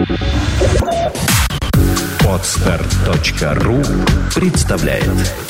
Podster.ru представляет.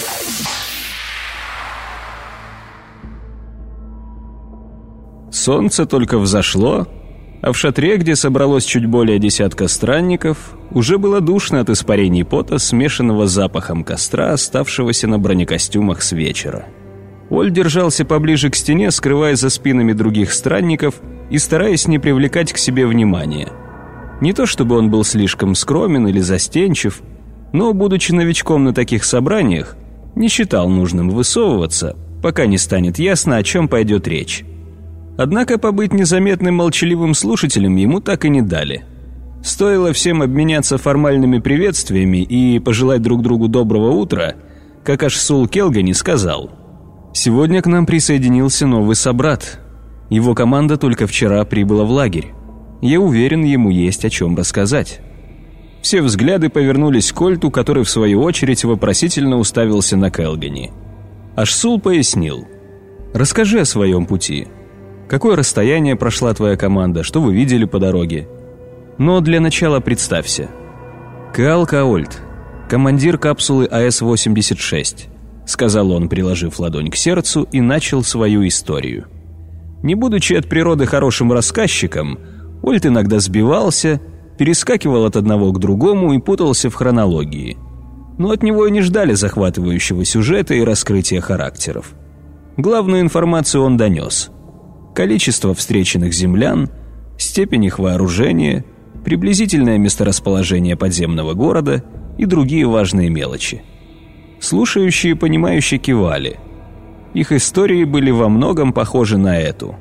Солнце только взошло, а в шатре, где собралось чуть более десятка странников, уже было душно от испарений пота, смешанного с запахом костра, оставшегося на бронекостюмах с вечера. Оль держался поближе к стене, скрываясь за спинами других странников и стараясь не привлекать к себе внимания. Не то чтобы он был слишком скромен или застенчив, но, будучи новичком на таких собраниях, не считал нужным высовываться, пока не станет ясно, о чем пойдет речь. Однако побыть незаметным молчаливым слушателем ему так и не дали. Стоило всем обменяться формальными приветствиями и пожелать друг другу доброго утра, как Ашсул Келгани сказал: «Сегодня к нам присоединился новый собрат. Его команда только вчера прибыла в лагерь. Я уверен, ему есть о чем рассказать». Все взгляды повернулись к Ольту, который в свою очередь вопросительно уставился на Келгани. Ашсул пояснил: «Расскажи о своем пути. Какое расстояние прошла твоя команда, что вы видели по дороге? Но для начала представься. Каал Каольт, командир капсулы АС-86», сказал он, приложив ладонь к сердцу, и начал свою историю. Не будучи от природы хорошим рассказчиком, Ольт иногда сбивался, перескакивал от одного к другому и путался в хронологии. Но от него и не ждали захватывающего сюжета и раскрытия характеров. Главную информацию он донес: количество встреченных землян, степень их вооружения, приблизительное месторасположение подземного города и другие важные мелочи. Слушающие, понимающие, кивали. Их истории были во многом похожи на эту.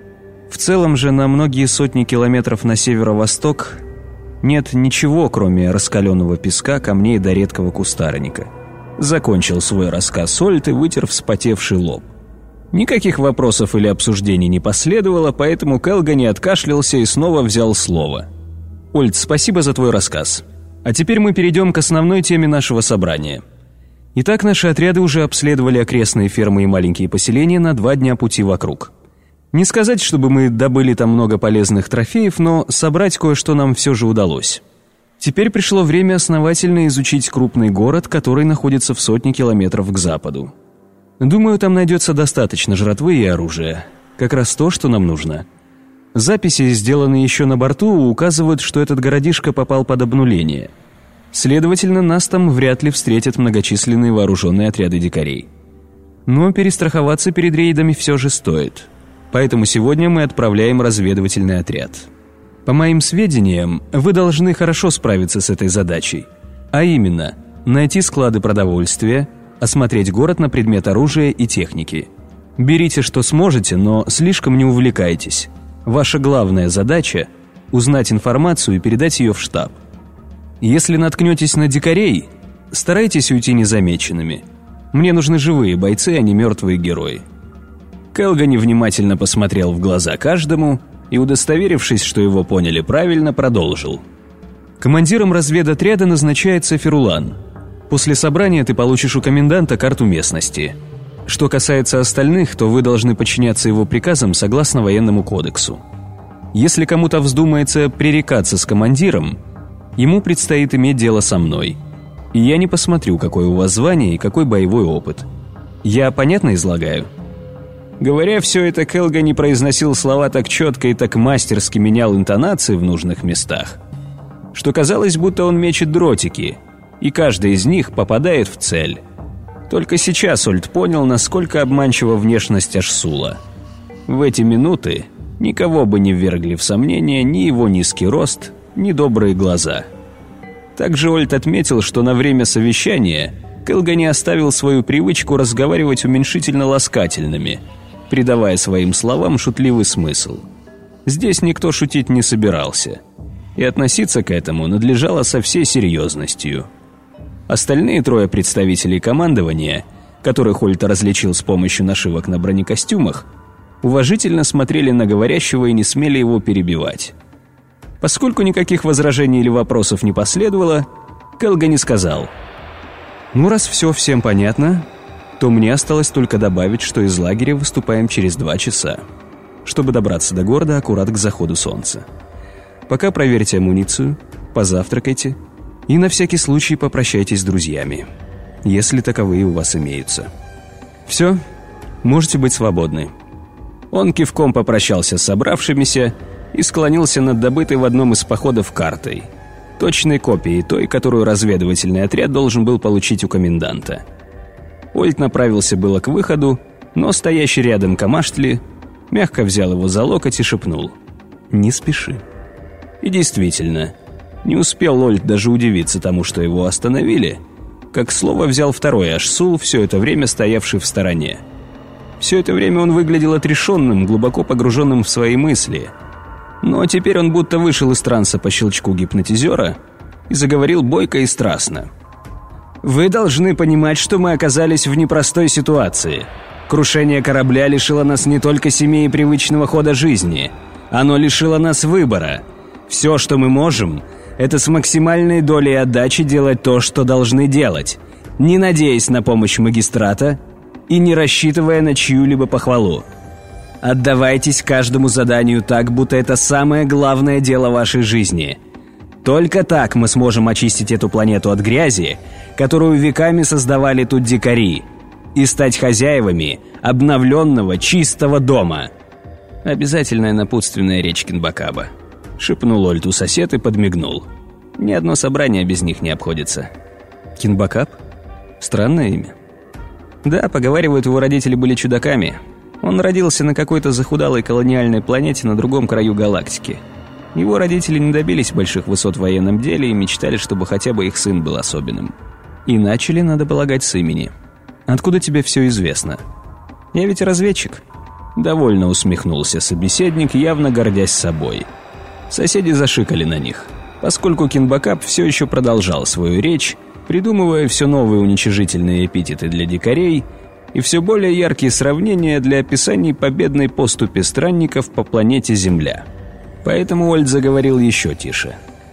В целом же на многие сотни километров на северо-восток нет ничего, кроме раскаленного песка, камней до редкого кустарника. Закончил свой рассказ Ольт и вытер вспотевший лоб. Никаких вопросов или обсуждений не последовало, поэтому Келгани откашлялся и снова взял слово. «Ольт, спасибо за твой рассказ. А теперь мы перейдем к основной теме нашего собрания. Итак, наши отряды уже обследовали окрестные фермы и маленькие поселения на 2 дня пути вокруг. Не сказать, чтобы мы добыли там много полезных трофеев, но собрать кое-что нам все же удалось. Теперь пришло время основательно изучить крупный город, который находится в 100 километров к западу. Думаю, там найдется достаточно жратвы и оружия. Как раз то, что нам нужно. Записи, сделанные еще на борту, указывают, что этот городишко попал под обнуление. Следовательно, нас там вряд ли встретят многочисленные вооруженные отряды дикарей. Но перестраховаться перед рейдами все же стоит. Поэтому сегодня мы отправляем разведывательный отряд. По моим сведениям, вы должны хорошо справиться с этой задачей. А именно, найти склады продовольствия, осмотреть город на предмет оружия и техники. Берите, что сможете, но слишком не увлекайтесь. Ваша главная задача – узнать информацию и передать ее в штаб. Если наткнетесь на дикарей, старайтесь уйти незамеченными. Мне нужны живые бойцы, а не мертвые герои». Келгани внимательно посмотрел в глаза каждому и, удостоверившись, что его поняли правильно, продолжил. «Командиром разведотряда назначается Ферулан. После собрания ты получишь у коменданта карту местности. Что касается остальных, то вы должны подчиняться его приказам согласно военному кодексу. Если кому-то вздумается пререкаться с командиром, ему предстоит иметь дело со мной. И я не посмотрю, какое у вас звание и какой боевой опыт. Я понятно излагаю?» Говоря все это, Келгани произносил слова так четко и так мастерски менял интонации в нужных местах, что казалось, будто он мечет дротики, и каждый из них попадает в цель. Только сейчас Ольт понял, насколько обманчива внешность Ашсула. В эти минуты никого бы не ввергли в сомнение ни его низкий рост, ни добрые глаза. Также Ольт отметил, что на время совещания Келгани оставил свою привычку разговаривать уменьшительно-ласкательными, придавая своим словам шутливый смысл. Здесь никто шутить не собирался, и относиться к этому надлежало со всей серьезностью. Остальные 3 представителей командования, которых Ольт различил с помощью нашивок на бронекостюмах, уважительно смотрели на говорящего и не смели его перебивать. Поскольку никаких возражений или вопросов не последовало, Келгани сказал: «Ну, раз все всем понятно, то мне осталось только добавить, что из лагеря выступаем через 2 часа, чтобы добраться до города аккурат к заходу солнца. Пока проверьте амуницию, позавтракайте и на всякий случай попрощайтесь с друзьями, если таковые у вас имеются. Все, можете быть свободны». Он кивком попрощался с собравшимися и склонился над добытой в одном из походов картой, точной копией той, которую разведывательный отряд должен был получить у коменданта. Ольд направился было к выходу, но стоящий рядом Камаштли мягко взял его за локоть и шепнул: «Не спеши». И действительно, не успел Ольд даже удивиться тому, что его остановили, как слово взял второй Ашсул, все это время стоявший в стороне. Все это время он выглядел отрешенным, глубоко погруженным в свои мысли. Но теперь он будто вышел из транса по щелчку гипнотизера и заговорил бойко и страстно. «Вы должны понимать, что мы оказались в непростой ситуации. Крушение корабля лишило нас не только семьи и привычного хода жизни. Оно лишило нас выбора. Все, что мы можем, это с максимальной долей отдачи делать то, что должны делать, не надеясь на помощь магистрата и не рассчитывая на чью-либо похвалу. Отдавайтесь каждому заданию так, будто это самое главное дело вашей жизни. Только так мы сможем очистить эту планету от грязи, которую веками создавали тут дикари, и стать хозяевами обновленного чистого дома». «Обязательная напутственная речь Кинбакаба», — шепнул Ольту сосед и подмигнул. «Ни одно собрание без них не обходится». «Кинбакаб? Странное имя». «Да, поговаривают, его родители были чудаками. Он родился на какой-то захудалой колониальной планете на другом краю галактики. Его родители не добились больших высот в военном деле и мечтали, чтобы хотя бы их сын был особенным. И начали, надо полагать, с имени. Откуда тебе все известно?» «Я ведь разведчик». Довольно усмехнулся собеседник, явно гордясь собой. Соседи зашикали на них, поскольку Кинбакаб все еще продолжал свою речь, придумывая все новые уничижительные эпитеты для дикарей и все более яркие сравнения для описаний победной поступи странников по планете Земля. Поэтому Ольд заговорил еще тише.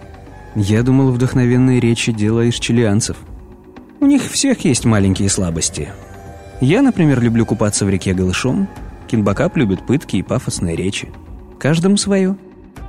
«Я думал, вдохновенные речи – дело ишчелианцев. У них всех есть маленькие слабости. Я, например, люблю купаться в реке голышом. Кинбакаб любит пытки и пафосные речи. Каждому свое».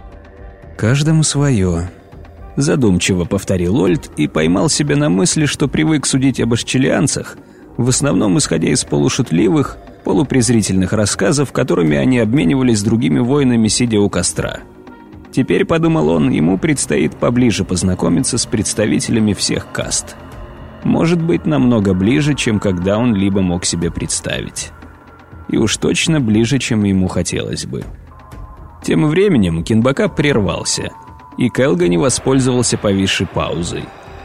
«Каждому свое», — задумчиво повторил Ольд и поймал себя на мысли, что привык судить об ишчелианцах, в основном исходя из полушутливых, полупрезрительных рассказов, которыми они обменивались с другими воинами, сидя у костра. Теперь, подумал он, ему предстоит поближе познакомиться с представителями всех каст. Может быть, намного ближе, чем когда он либо мог себе представить. И уж точно ближе, чем ему хотелось бы. Тем временем Кинбакаб прервался, и Келгани воспользовался повисшей паузой.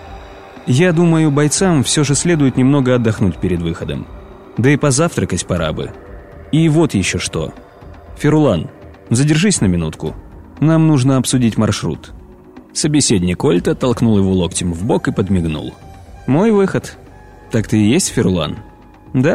«Я думаю, бойцам все же следует немного отдохнуть перед выходом. Да и позавтракать пора бы. И вот еще что. Ферулан, задержись на минутку. Нам нужно обсудить маршрут». Собеседник Ольта толкнул его локтем в бок и подмигнул. «Мой выход. Так ты и есть Ферулан?» «Да.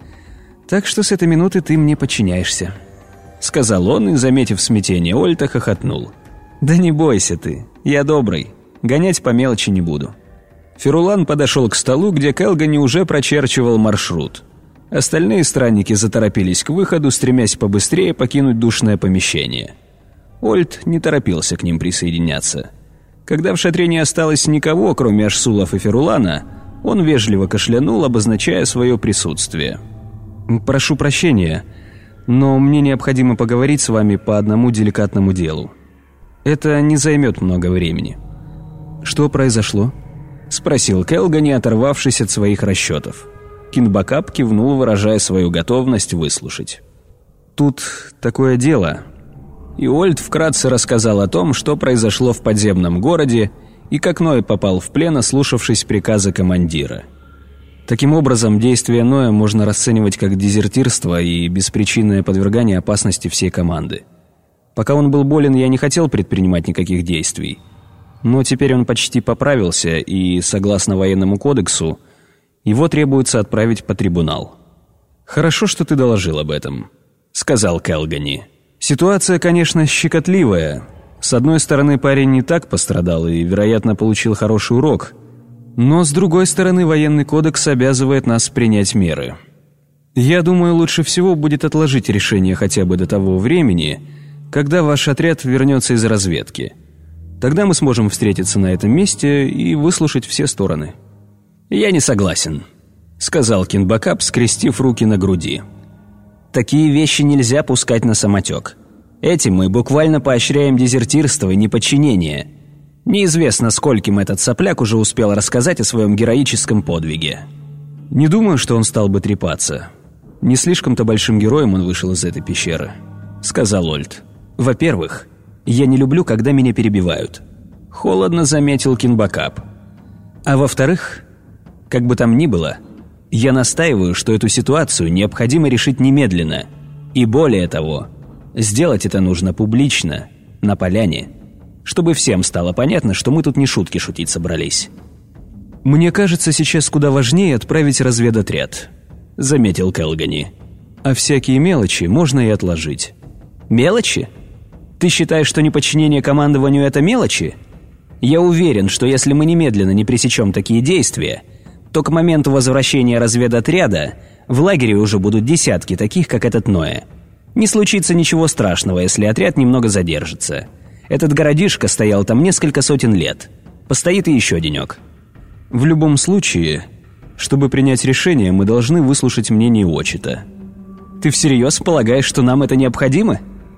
Так что с этой минуты ты мне подчиняешься», — сказал он и, заметив смятение Ольта, хохотнул. «Да не бойся ты, я добрый, гонять по мелочи не буду». Ферулан подошел к столу, где Келгани уже прочерчивал маршрут. Остальные странники заторопились к выходу, стремясь побыстрее покинуть душное помещение. Ольд не торопился к ним присоединяться. Когда в шатре не осталось никого, кроме Ашсулов и Ферулана, он вежливо кашлянул, обозначая свое присутствие. «Прошу прощения, но мне необходимо поговорить с вами по одному деликатному делу. Это не займет много времени». «Что произошло?» — спросил Келгани, оторвавшись от своих расчетов. Кинбакаб кивнул, выражая свою готовность выслушать. «Тут такое дело». И Ольд вкратце рассказал о том, что произошло в подземном городе и как Ной попал в плен, ослушавшись приказа командира. Таким образом, действия Ноя можно расценивать как дезертирство и беспричинное подвергание опасности всей команды. Пока он был болен, я не хотел предпринимать никаких действий. Но теперь он почти поправился, и, согласно военному кодексу, его требуется отправить под трибунал. «Хорошо, что ты доложил об этом», — сказал Келгани. «Ситуация, конечно, щекотливая. С одной стороны, парень не так пострадал и, вероятно, получил хороший урок. Но, с другой стороны, военный кодекс обязывает нас принять меры. Я думаю, лучше всего будет отложить решение хотя бы до того времени, когда ваш отряд вернется из разведки. Тогда мы сможем встретиться на этом месте и выслушать все стороны». «Я не согласен», — сказал Кинбакап, скрестив руки на груди. «Такие вещи нельзя пускать на самотек. Этим мы буквально поощряем дезертирство и неподчинение. Неизвестно, скольким этот сопляк уже успел рассказать о своем героическом подвиге». «Не думаю, что он стал бы трепаться. Не слишком-то большим героем он вышел из этой пещеры», — сказал Ольд. «Во-первых, я не люблю, когда меня перебивают», — холодно заметил Кинбакап. «А во-вторых, как бы там ни было, я настаиваю, что эту ситуацию необходимо решить немедленно. И более того, сделать это нужно публично, на поляне, чтобы всем стало понятно, что мы тут не шутки шутить собрались». «Мне кажется, сейчас куда важнее отправить разведотряд», — заметил Келгани. «А всякие мелочи можно и отложить». «Мелочи? Ты считаешь, что неподчинение командованию — это мелочи? Я уверен, что если мы немедленно не пресечем такие действия, то к моменту возвращения разведотряда в лагере уже будут десятки таких, как этот Ноэ. Не случится ничего страшного, если отряд немного задержится. Этот городишко стоял там несколько сотен лет. Постоит и еще денек». «В любом случае, чтобы принять решение, мы должны выслушать мнение Очита». «Ты всерьез полагаешь, что нам это необходимо?»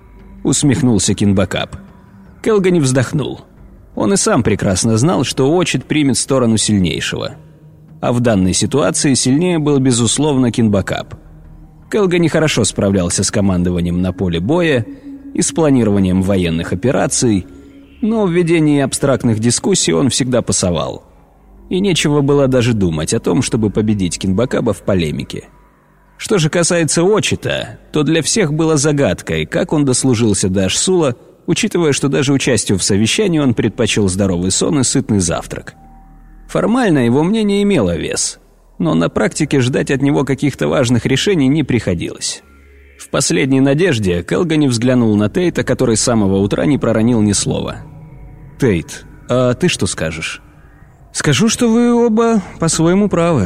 — усмехнулся Кинбакап. Келгани вздохнул. Он и сам прекрасно знал, что Очит примет сторону сильнейшего. А в данной ситуации сильнее был, безусловно, Кинбакап. Келгани хорошо справлялся с командованием на поле боя и с планированием военных операций, но в ведении абстрактных дискуссий он всегда пасовал. И нечего было даже думать о том, чтобы победить Кинбакаба в полемике. Что же касается Очита, то для всех было загадкой, как он дослужился до Ашсула, учитывая, что даже участию в совещании он предпочел здоровый сон и сытный завтрак. Формально его мнение имело вес, но на практике ждать от него каких-то важных решений не приходилось. В последней надежде Келгани взглянул на Тейта, который с самого утра не проронил ни слова. «Тейт, а ты что скажешь?» «Скажу, что вы оба по-своему правы.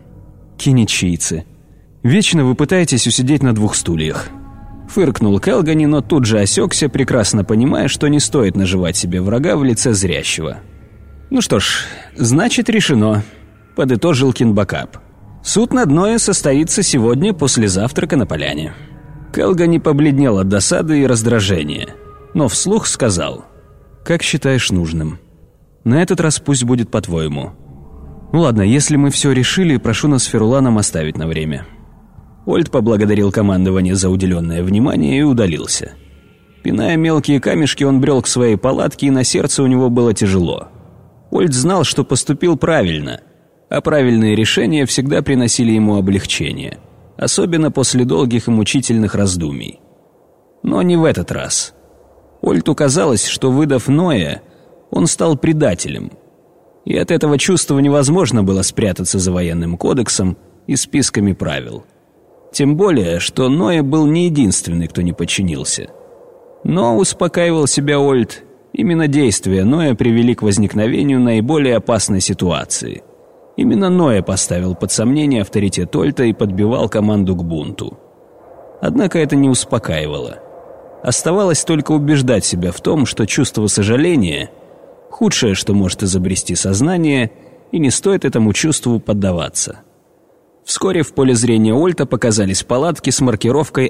Киничийцы. Вечно вы пытаетесь усидеть на двух стульях». Фыркнул Келгани, но тут же осекся, прекрасно понимая, что не стоит наживать себе врага в лице зрящего. «Ну что ж, значит, решено», — подытожил Кинбакап. «Суд над Ноэ состоится сегодня после завтрака на поляне». Келгани побледнел от досады и раздражения, но вслух сказал: «Как считаешь нужным. На этот раз пусть будет по-твоему. Ну ладно, если мы все решили, прошу нас с Феруланом оставить на время». Ольд поблагодарил командование за уделенное внимание и удалился. Пиная мелкие камешки, он брел к своей палатке, и на сердце у него было тяжело. Ольд знал, что поступил правильно, а правильные решения всегда приносили ему облегчение, особенно после долгих и мучительных раздумий. Но не в этот раз. Ольту казалось, что, выдав Ноэ, он стал предателем, и от этого чувства невозможно было спрятаться за военным кодексом и списками правил. Тем более, что Ноэ был не единственный, кто не подчинился. Но, успокаивал себя Ольд, именно действия Ноэ привели к возникновению наиболее опасной ситуации. Именно Ноэ поставил под сомнение авторитет Ольта и подбивал команду к бунту. Однако это не успокаивало. Оставалось только убеждать себя в том, что чувство сожаления – худшее, что может изобрести сознание, и не стоит этому чувству поддаваться. Вскоре в поле зрения Ольта показались палатки с маркировкой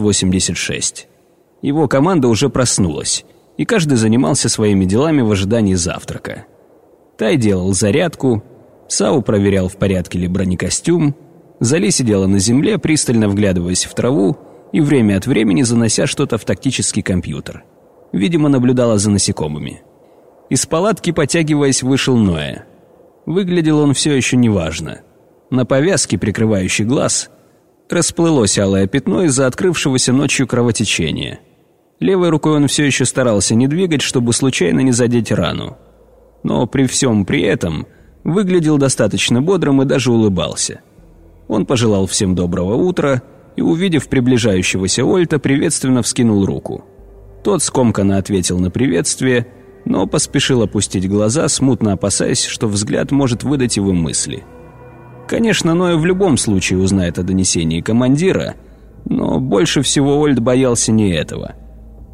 АС-86. Его команда уже проснулась, и каждый занимался своими делами в ожидании завтрака. Тай делал зарядку, Сау проверял, в порядке ли бронекостюм, Зали сидела на земле, пристально вглядываясь в траву и время от времени занося что-то в тактический компьютер. Видимо, наблюдала за насекомыми. Из палатки, потягиваясь, вышел Ноэ. Выглядел он все еще неважно. На повязке, прикрывающей глаз, расплылось алое пятно из-за открывшегося ночью кровотечения. Левой рукой он все еще старался не двигать, чтобы случайно не задеть рану. Но при всем при этом выглядел достаточно бодрым и даже улыбался. Он пожелал всем доброго утра и, увидев приближающегося Ольта, приветственно вскинул руку. Тот скомканно ответил на приветствие, но поспешил опустить глаза, смутно опасаясь, что взгляд может выдать его мысли. Конечно, Ноэ в любом случае узнает о донесении командира, но больше всего Ольд боялся не этого.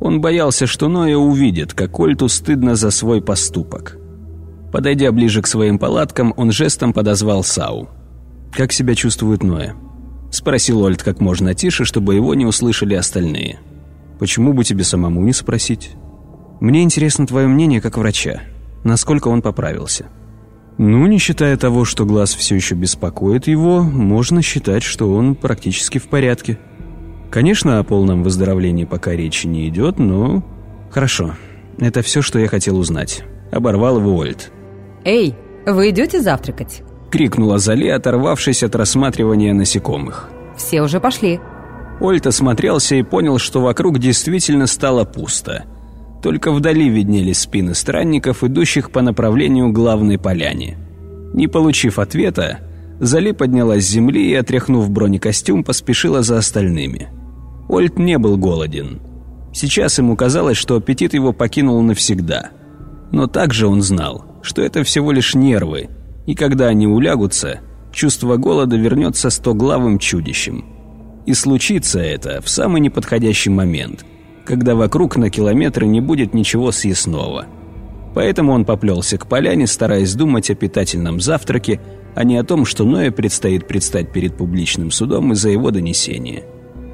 Он боялся, что Ноя увидит, как Ольту стыдно за свой поступок. Подойдя ближе к своим палаткам, он жестом подозвал Сау. «Как себя чувствует Ноя?» – спросил Ольт как можно тише, чтобы его не услышали остальные. «Почему бы тебе самому не спросить?» «Мне интересно твое мнение как врача. Насколько он поправился?» «Ну, не считая того, что глаз все еще беспокоит его, можно считать, что он практически в порядке. Конечно, о полном выздоровлении пока речи не идет, но...» «Хорошо, это все, что я хотел узнать», — оборвал его Ольт. «Эй, вы идете завтракать?» — крикнула Зали, оторвавшись от рассматривания насекомых. «Все уже пошли». Ольт осмотрелся и понял, что вокруг действительно стало пусто. Только вдали виднелись спины странников, идущих по направлению к главной поляне. Не получив ответа, Зали поднялась с земли и, отряхнув бронекостюм, поспешила за остальными. Ольт не был голоден. Сейчас ему казалось, что аппетит его покинул навсегда. Но также он знал, что это всего лишь нервы, и когда они улягутся, чувство голода вернется стоглавым чудищем. И случится это в самый неподходящий момент, когда вокруг на километры не будет ничего съестного. Поэтому он поплелся к поляне, стараясь думать о питательном завтраке, а не о том, что Ное предстоит предстать перед публичным судом из-за его донесения.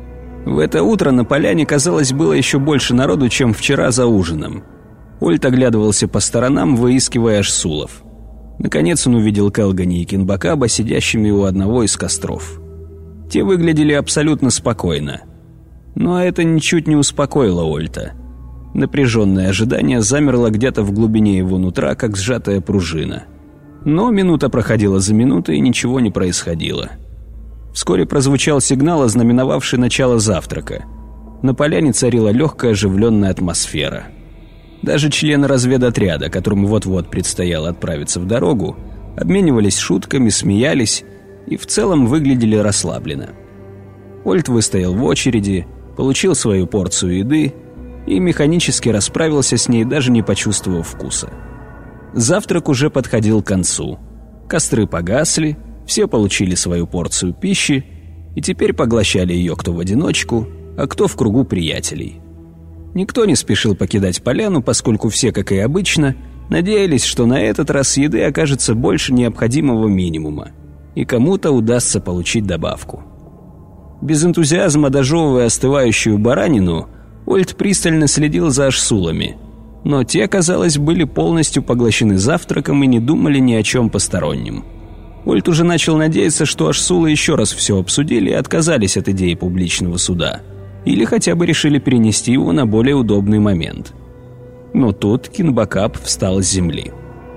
В это утро на поляне, казалось, было еще больше народу, чем вчера за ужином. Ольт оглядывался по сторонам, выискивая ашсулов. Наконец он увидел Келгани и Кинбакаба, сидящими у одного из костров. Те выглядели абсолютно спокойно. Но это ничуть не успокоило Ольта. Напряженное ожидание замерло где-то в глубине его нутра, как сжатая пружина. Но минута проходила за минутой, и ничего не происходило. Вскоре прозвучал сигнал, ознаменовавший начало завтрака. На поляне царила легкая оживленная атмосфера. Даже члены разведотряда, которым вот-вот предстояло отправиться в дорогу, обменивались шутками, смеялись и в целом выглядели расслабленно. Ольт выстоял в очереди, получил свою порцию еды и механически расправился с ней, даже не почувствовав вкуса. Завтрак уже подходил к концу. Костры погасли, все получили свою порцию пищи и теперь поглощали ее кто в одиночку, а кто в кругу приятелей. Никто не спешил покидать поляну, поскольку все, как и обычно, надеялись, что на этот раз еды окажется больше необходимого минимума, и кому-то удастся получить добавку. Без энтузиазма дожевывая остывающую баранину, Ольт пристально следил за ашсулами, но те, казалось, были полностью поглощены завтраком и не думали ни о чем постороннем. Ольт уже начал надеяться, что ашсулы еще раз все обсудили и отказались от идеи публичного суда, или хотя бы решили перенести его на более удобный момент. Но тут Кинбакаб встал с земли.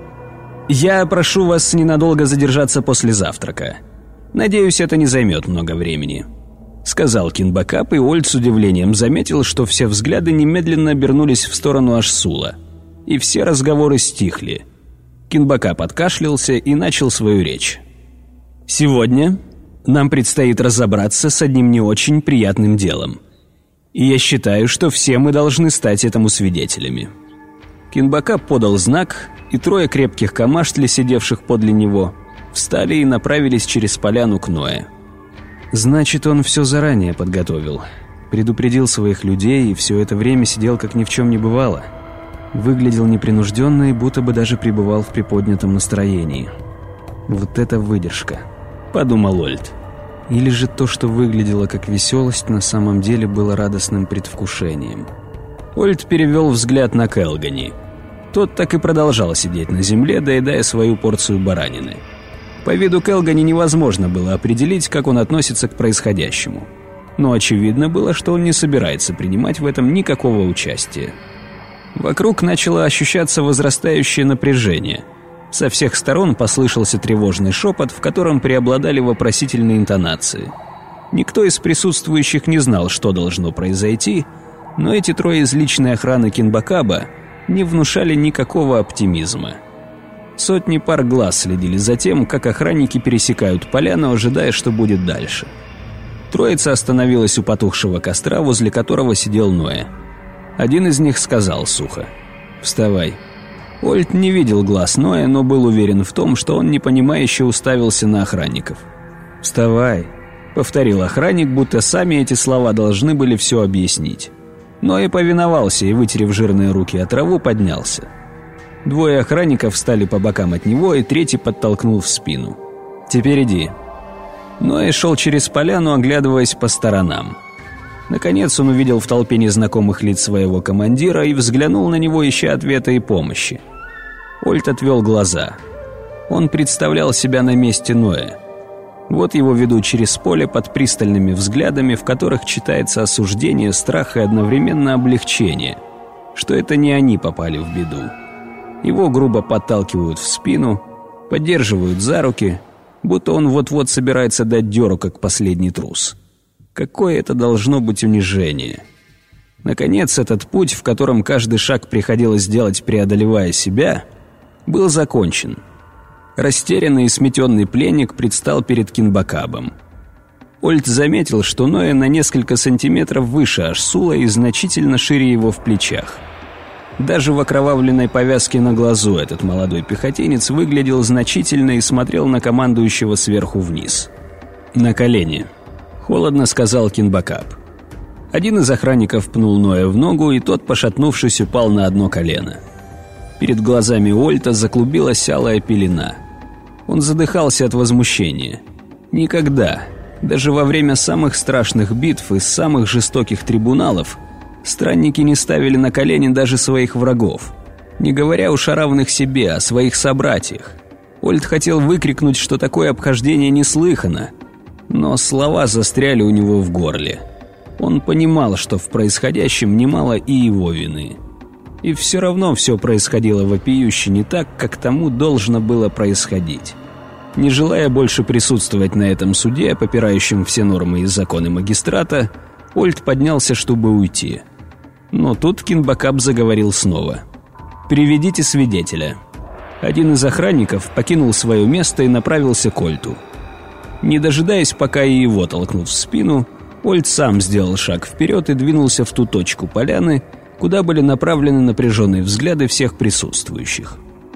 «Я прошу вас ненадолго задержаться после завтрака. Надеюсь, это не займет много времени», — сказал Кинбакаб, и Ольт с удивлением заметил, что все взгляды немедленно обернулись в сторону ашсула, и все разговоры стихли. Кинбакаб откашлялся и начал свою речь. «Сегодня нам предстоит разобраться с одним не очень приятным делом. И я считаю, что все мы должны стать этому свидетелями». Кинбакаб подал знак, и трое крепких камаштли, сидевших подле него, встали и направились через поляну к Ное. Значит, он все заранее подготовил. Предупредил своих людей и все это время сидел, как ни в чем не бывало. Выглядел непринужденно и будто бы даже пребывал в приподнятом настроении. «Вот это выдержка», — подумал Ольт. Или же то, что выглядело как веселость, на самом деле было радостным предвкушением. Ольт перевел взгляд на Келгани. Тот так и продолжал сидеть на земле, доедая свою порцию баранины. По виду Келгани невозможно было определить, как он относится к происходящему. Но очевидно было, что он не собирается принимать в этом никакого участия. Вокруг начало ощущаться возрастающее напряжение. Со всех сторон послышался тревожный шепот, в котором преобладали вопросительные интонации. Никто из присутствующих не знал, что должно произойти, но эти трое из личной охраны Кинбакаба не внушали никакого оптимизма. Сотни пар глаз следили за тем, как охранники пересекают поляну, ожидая, что будет дальше. Троица остановилась у потухшего костра, возле которого сидел Ное. Один из них сказал сухо: «Вставай». Ольт не видел глаз Ноя, но был уверен в том, что он непонимающе уставился на охранников. «Вставай», — повторил охранник, будто сами эти слова должны были все объяснить. Ноэ повиновался и, вытерев жирные руки о траву, поднялся. Двое охранников встали по бокам от него, и третий подтолкнул в спину. «Теперь иди». Ноэ шел через поляну, оглядываясь по сторонам. Наконец он увидел в толпе незнакомых лиц своего командира и взглянул на него, ища ответа и помощи. Ольт отвел глаза. Он представлял себя на месте Ноэ. Вот его ведут через поле под пристальными взглядами, в которых читается осуждение, страх и одновременно облегчение, что это не они попали в беду. Его грубо подталкивают в спину, поддерживают за руки, будто он вот-вот собирается дать дёру, как последний трус. Какое это должно быть унижение. Наконец, этот путь, в котором каждый шаг приходилось делать, преодолевая себя, был закончен. Растерянный и сметенный пленник предстал перед Кинбакабом. Ольт заметил, что Ноэ на несколько сантиметров выше Ашсула и значительно шире его в плечах. Даже в окровавленной повязке на глазу этот молодой пехотинец выглядел значительно и смотрел на командующего сверху вниз. «На колени», — холодно сказал Кинбакаб. Один из охранников пнул Ноэ в ногу, и тот, пошатнувшись, упал на одно колено. Перед глазами Ольта заклубилась алая пелена. Он задыхался от возмущения. Никогда, даже во время самых страшных битв и самых жестоких трибуналов, странники не ставили на колени даже своих врагов, не говоря уж о равных себе, о своих собратьях. Ольт хотел выкрикнуть, что такое обхождение неслыханно, но слова застряли у него в горле. Он понимал, что в происходящем немало и его вины. И все равно все происходило вопиюще не так, как тому должно было происходить. Не желая больше присутствовать на этом суде, попирающем все нормы и законы магистрата, Ольт поднялся, чтобы уйти. Но тут Кинбакаб заговорил снова. «Приведите свидетеля». Один из охранников покинул свое место и направился к Ольту. Не дожидаясь, пока и его толкнут в спину, Ольт сам сделал шаг вперед и двинулся в ту точку поляны, куда были направлены напряженные взгляды всех присутствующих.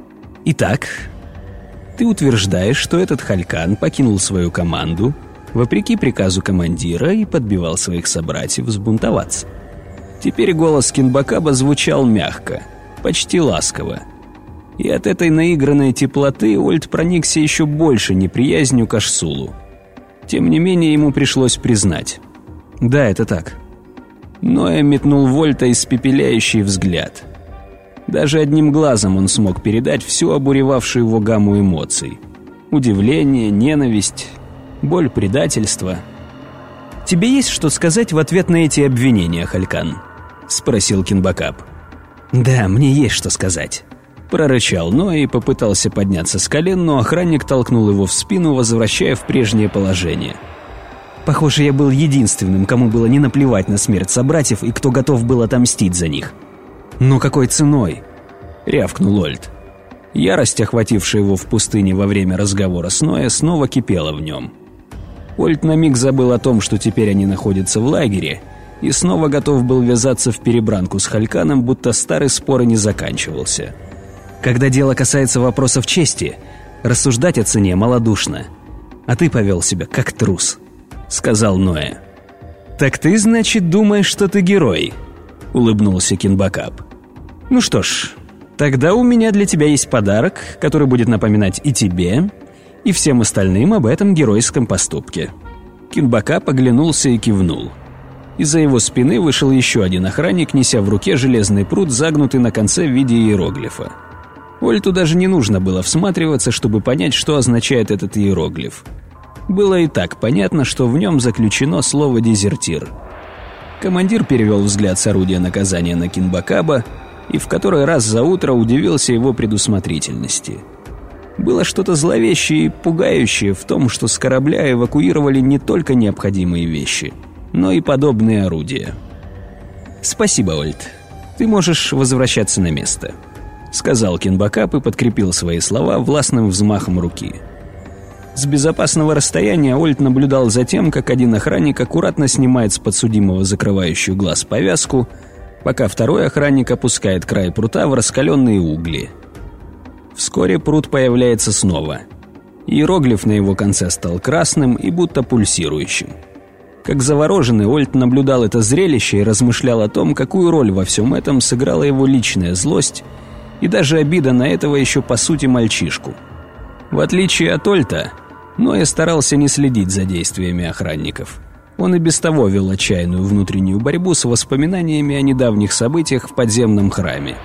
«Итак, ты утверждаешь, что этот Халькан покинул свою команду вопреки приказу командира и подбивал своих собратьев взбунтоваться». Теперь голос Кинбакаба звучал мягко, почти ласково. И от этой наигранной теплоты Ольт проникся еще больше неприязнью к Ашсулу. Тем не менее, ему пришлось признать: «Да, это так». Ноэ метнул в Ольта испепеляющий взгляд. Даже одним глазом он смог передать всю обуревавшую его гамму эмоций: удивление, ненависть, боль предательства. «Тебе есть что сказать в ответ на эти обвинения, Халькан?» — спросил Кинбакаб. «Да, мне есть что сказать», — прорычал Ноэ и попытался подняться с колен, но охранник толкнул его в спину, возвращая в прежнее положение. «Похоже, я был единственным, кому было не наплевать на смерть собратьев и кто готов был отомстить за них». «Но какой ценой?» — рявкнул Ольт. Ярость, охватившая его в пустыне во время разговора с Ноэ, снова кипела в нем. Ольт на миг забыл о том, что теперь они находятся в лагере, и снова готов был ввязаться в перебранку с Хальканом, будто старый спор и не заканчивался. «Когда дело касается вопросов чести, рассуждать о цене малодушно. А ты повел себя как трус», — сказал Ноэ. «Так ты, значит, думаешь, что ты герой?» — улыбнулся Кинбакаб. «Ну что ж, тогда у меня для тебя есть подарок, который будет напоминать и тебе, и всем остальным об этом геройском поступке». Кинбакаб оглянулся и кивнул. Из-за его спины вышел еще один охранник, неся в руке железный прут, загнутый на конце в виде иероглифа. Ольту даже не нужно было всматриваться, чтобы понять, что означает этот иероглиф. Было и так понятно, что в нем заключено слово «дезертир». Командир перевел взгляд с орудия наказания на Кинбакаба и в который раз за утро удивился его предусмотрительности. Было что-то зловещее и пугающее в том, что с корабля эвакуировали не только необходимые вещи, но и подобные орудия. «Спасибо, Ольт. Ты можешь возвращаться на место», — сказал Кинбакаб и подкрепил свои слова властным взмахом руки. С безопасного расстояния Ольт наблюдал за тем, как один охранник аккуратно снимает с подсудимого закрывающую глаз повязку, пока второй охранник опускает край прута в раскаленные угли. Вскоре прут появляется снова. Иероглиф на его конце стал красным и будто пульсирующим. Как завороженный, Ольт наблюдал это зрелище и размышлял о том, какую роль во всем этом сыграла его личная злость и даже обида на этого еще по сути мальчишку. В отличие от Ольта, Ноэ старался не следить за действиями охранников. Он и без того вел отчаянную внутреннюю борьбу с воспоминаниями о недавних событиях в подземном храме.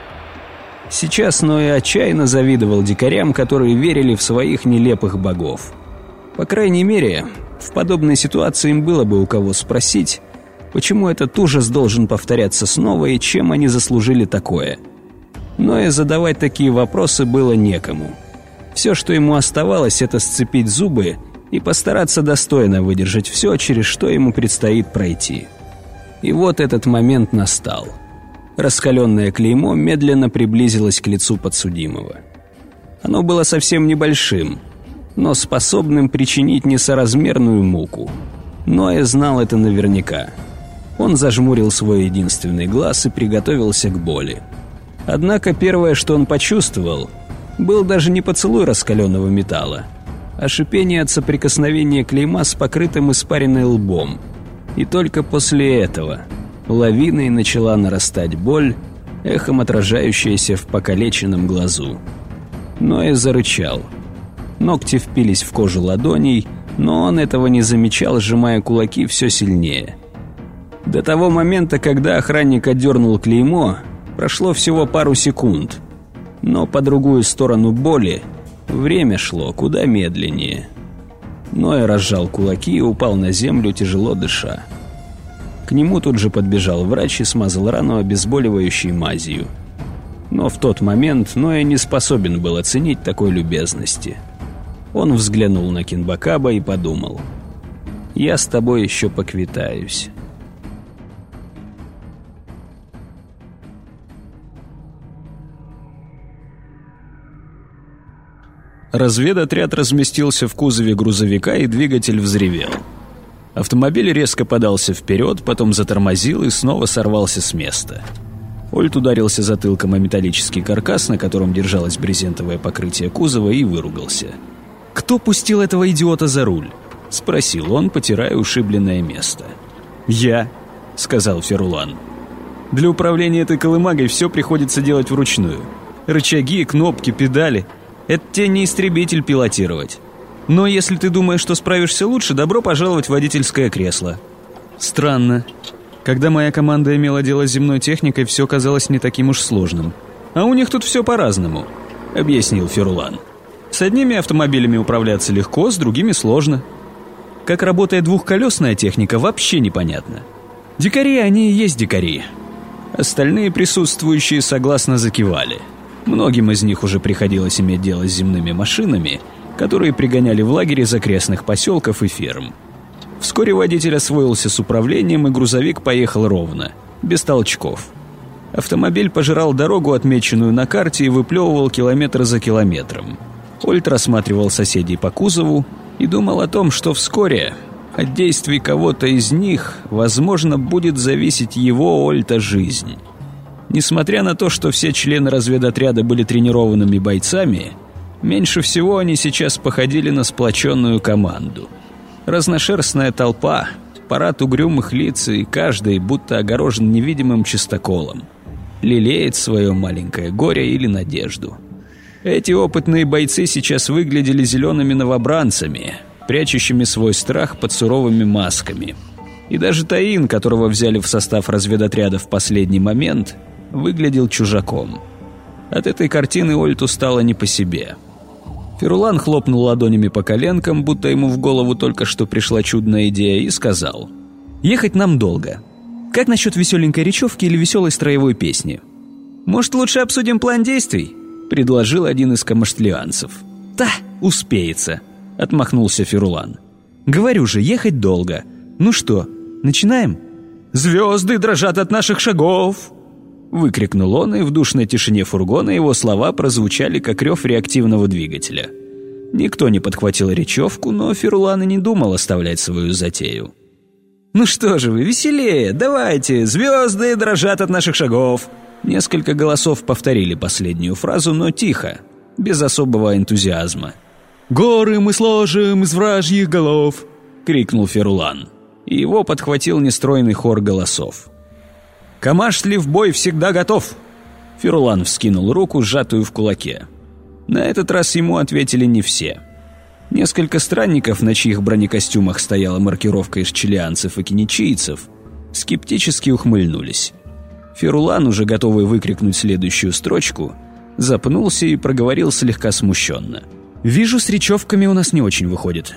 Сейчас Ноэ отчаянно завидовал дикарям, которые верили в своих нелепых богов. По крайней мере, в подобной ситуации им было бы у кого спросить, почему этот ужас должен повторяться снова и чем они заслужили такое. Но и задавать такие вопросы было некому. Все, что ему оставалось, это сцепить зубы и постараться достойно выдержать все, через что ему предстоит пройти. И вот этот момент настал. Раскаленное клеймо медленно приблизилось к лицу подсудимого. Оно было совсем небольшим, но способным причинить несоразмерную муку. Ноэ знал это наверняка. Он зажмурил свой единственный глаз и приготовился к боли. Однако первое, что он почувствовал, был даже не поцелуй раскаленного металла, а шипение от соприкосновения клейма с покрытым испаренной лбом. И только после этого лавиной начала нарастать боль, эхом отражающаяся в покалеченном глазу. Ноэ зарычал. Ногти впились в кожу ладоней, но он этого не замечал, сжимая кулаки все сильнее. До того момента, когда охранник отдернул клеймо, прошло всего пару секунд. Но по другую сторону боли время шло куда медленнее. Ноэ разжал кулаки и упал на землю, тяжело дыша. К нему тут же подбежал врач и смазал рану обезболивающей мазью. Но в тот момент Ноэ не способен был оценить такой любезности. Он взглянул на Кинбакаба и подумал: «Я с тобой еще поквитаюсь». Разведотряд разместился в кузове грузовика, и двигатель взревел. Автомобиль резко подался вперед, потом затормозил и снова сорвался с места. Ольт ударился затылком о металлический каркас, на котором держалось брезентовое покрытие кузова, и выругался. «Кто пустил этого идиота за руль?» — спросил он, потирая ушибленное место. «Я», — сказал Ферулан. «Для управления этой колымагой все приходится делать вручную. Рычаги, кнопки, педали — это тебе не истребитель пилотировать. Но если ты думаешь, что справишься лучше, добро пожаловать в водительское кресло». Странно. Когда моя команда имела дело с земной техникой, все казалось не таким уж сложным. «А у них тут все по-разному», — объяснил Ферулан. «С одними автомобилями управляться легко, с другими сложно. Как работает двухколесная техника, вообще непонятно. Дикари, они и есть дикари». Остальные присутствующие согласно закивали. Многим из них уже приходилось иметь дело с земными машинами, которые пригоняли в лагерь из окрестных поселков и ферм. Вскоре водитель освоился с управлением, и грузовик поехал ровно, без толчков. Автомобиль пожирал дорогу, отмеченную на карте, и выплевывал километр за километром. Ольт рассматривал соседей по кузову и думал о том, что вскоре от действий кого-то из них, возможно, будет зависеть его, Ольта, жизнь. Несмотря на то, что все члены разведотряда были тренированными бойцами, меньше всего они сейчас походили на сплоченную команду. Разношерстная толпа, парад угрюмых лиц, и каждый будто огорожен невидимым чистоколом. Лелеет свое маленькое горе или надежду. Эти опытные бойцы сейчас выглядели зелеными новобранцами, прячущими свой страх под суровыми масками. И даже Таин, которого взяли в состав разведотряда в последний момент, выглядел чужаком. От этой картины Ольту стало не по себе. Ферулан хлопнул ладонями по коленкам, будто ему в голову только что пришла чудная идея, и сказал: «Ехать нам долго. Как насчет веселенькой речевки или веселой строевой песни?» «Может, лучше обсудим план действий?» — предложил один из камашталианцев. «Да, успеется», — отмахнулся Ферулан. «Говорю же, ехать долго. Ну что, начинаем?» «Звезды дрожат от наших шагов!» — выкрикнул он, и в душной тишине фургона его слова прозвучали, как рев реактивного двигателя. Никто не подхватил речевку, но Ферулан и не думал оставлять свою затею. «Ну что же вы, веселее, давайте! Звезды дрожат от наших шагов!» Несколько голосов повторили последнюю фразу, но тихо, без особого энтузиазма. «Горы мы сложим из вражьих голов!» — крикнул Ферулан. И его подхватил нестройный хор голосов. «Камашли в бой всегда готов!» Ферулан вскинул руку, сжатую в кулаке. На этот раз ему ответили не все. Несколько странников, на чьих бронекостюмах стояла маркировка из чилианцев и кеничийцев, скептически ухмыльнулись. Ферулан, уже готовый выкрикнуть следующую строчку, запнулся и проговорил слегка смущенно. «Вижу, с речевками у нас не очень выходит.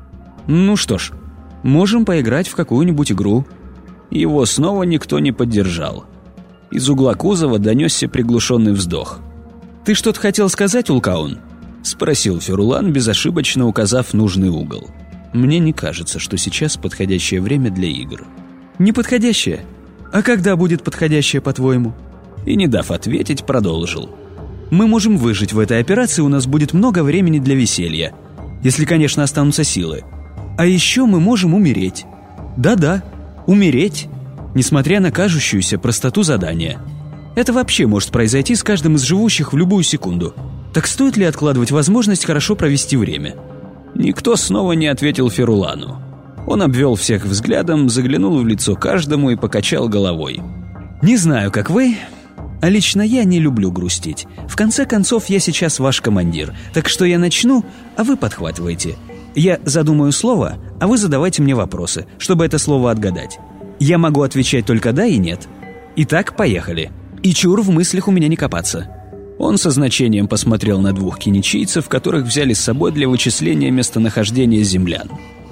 Ну что ж, можем поиграть в какую-нибудь игру». Его снова никто не поддержал. Из угла кузова донесся приглушенный вздох. «Ты что-то хотел сказать, Улкаун?» — спросил Ферулан, безошибочно указав нужный угол. «Мне не кажется, что сейчас подходящее время для игр». «Неподходящее? А когда будет подходящее, по-твоему?» И, не дав ответить, продолжил. «Мы можем выжить в этой операции, у нас будет много времени для веселья. Если, конечно, останутся силы. А еще мы можем умереть. Да-да, умереть, несмотря на кажущуюся простоту задания. Это вообще может произойти с каждым из живущих в любую секунду. Так стоит ли откладывать возможность хорошо провести время?» Никто снова не ответил Ферулану. Он обвел всех взглядом, заглянул в лицо каждому и покачал головой. «Не знаю, как вы, а лично я не люблю грустить. В конце концов, я сейчас ваш командир, так что я начну, а вы подхватываете. Я задумаю слово, а вы задавайте мне вопросы, чтобы это слово отгадать. Я могу отвечать только «да» и «нет». Итак, поехали. И чур в мыслях у меня не копаться». Он со значением посмотрел на двух кеничийцев, которых взяли с собой для вычисления местонахождения землян.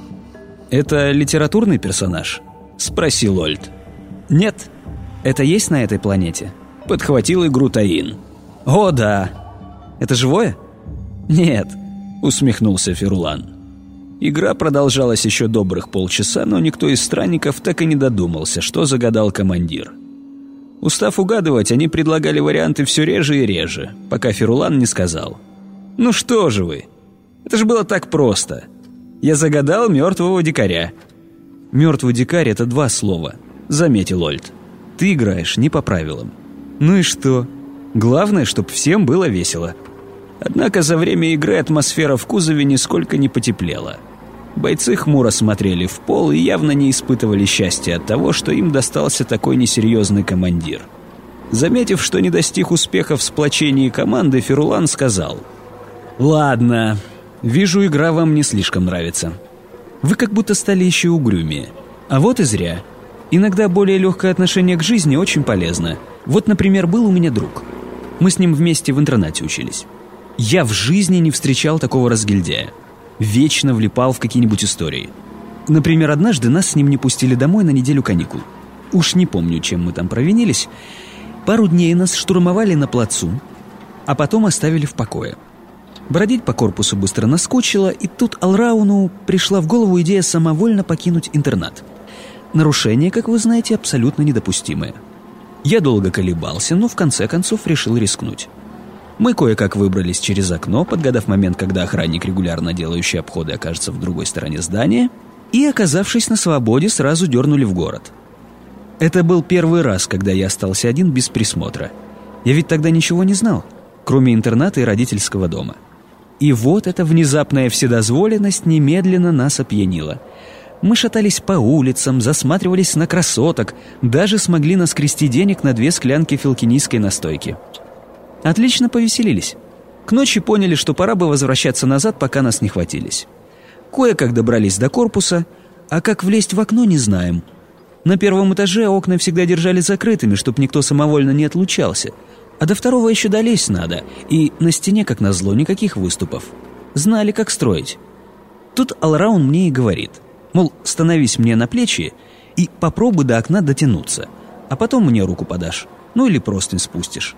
«Это литературный персонаж?» — спросил Ольд. «Нет. Это есть на этой планете?» — подхватил игру Таин. «О, да. Это живое?» «Нет», — усмехнулся Ферулан. Игра продолжалась еще добрых полчаса, но никто из странников так и не додумался, что загадал командир. Устав угадывать, они предлагали варианты все реже и реже, пока Ферулан не сказал: «Ну что же вы? Это же было так просто. Я загадал мертвого дикаря». «Мертвый дикарь — это 2 слова», — заметил Ольд. «Ты играешь не по правилам». «Ну и что? Главное, чтобы всем было весело». Однако за время игры атмосфера в кузове нисколько не потеплела. Бойцы хмуро смотрели в пол и явно не испытывали счастья от того, что им достался такой несерьезный командир. Заметив, что не достиг успеха в сплочении команды, Ферулан сказал: «Ладно, вижу, игра вам не слишком нравится. Вы как будто стали еще угрюмее. А вот и зря. Иногда более легкое отношение к жизни очень полезно. Вот, например, был у меня друг. Мы с ним вместе в интернате учились. Я в жизни не встречал такого разгильдяя. Вечно влипал в какие-нибудь истории. Например, однажды нас с ним не пустили домой на неделю каникул. Уж не помню, чем мы там провинились. Пару дней нас штурмовали на плацу, а потом оставили в покое. Бродить по корпусу быстро наскучило, и тут Алрауну пришла в голову идея самовольно покинуть интернат. Нарушение, как вы знаете, абсолютно недопустимое. Я долго колебался, но в конце концов решил рискнуть. Мы кое-как выбрались через окно, подгадав момент, когда охранник, регулярно делающий обходы, окажется в другой стороне здания, и, оказавшись на свободе, сразу дернули в город. Это был первый раз, когда я остался один без присмотра. Я ведь тогда ничего не знал, кроме интерната и родительского дома. И вот эта внезапная вседозволенность немедленно нас опьянила. Мы шатались по улицам, засматривались на красоток, даже смогли наскрести денег на 2 склянки филкинийской настойки. Отлично повеселились. К ночи поняли, что пора бы возвращаться назад, пока нас не хватились. Кое-как добрались до корпуса, а как влезть в окно, не знаем. На 1-м этаже окна всегда держали закрытыми, чтобы никто самовольно не отлучался. А до 2-го еще долезть надо, и на стене, как назло, никаких выступов. Знали, как строить. Тут Алраун мне и говорит: мол, становись мне на плечи и попробуй до окна дотянуться, а потом мне руку подашь, ну или простынь спустишь.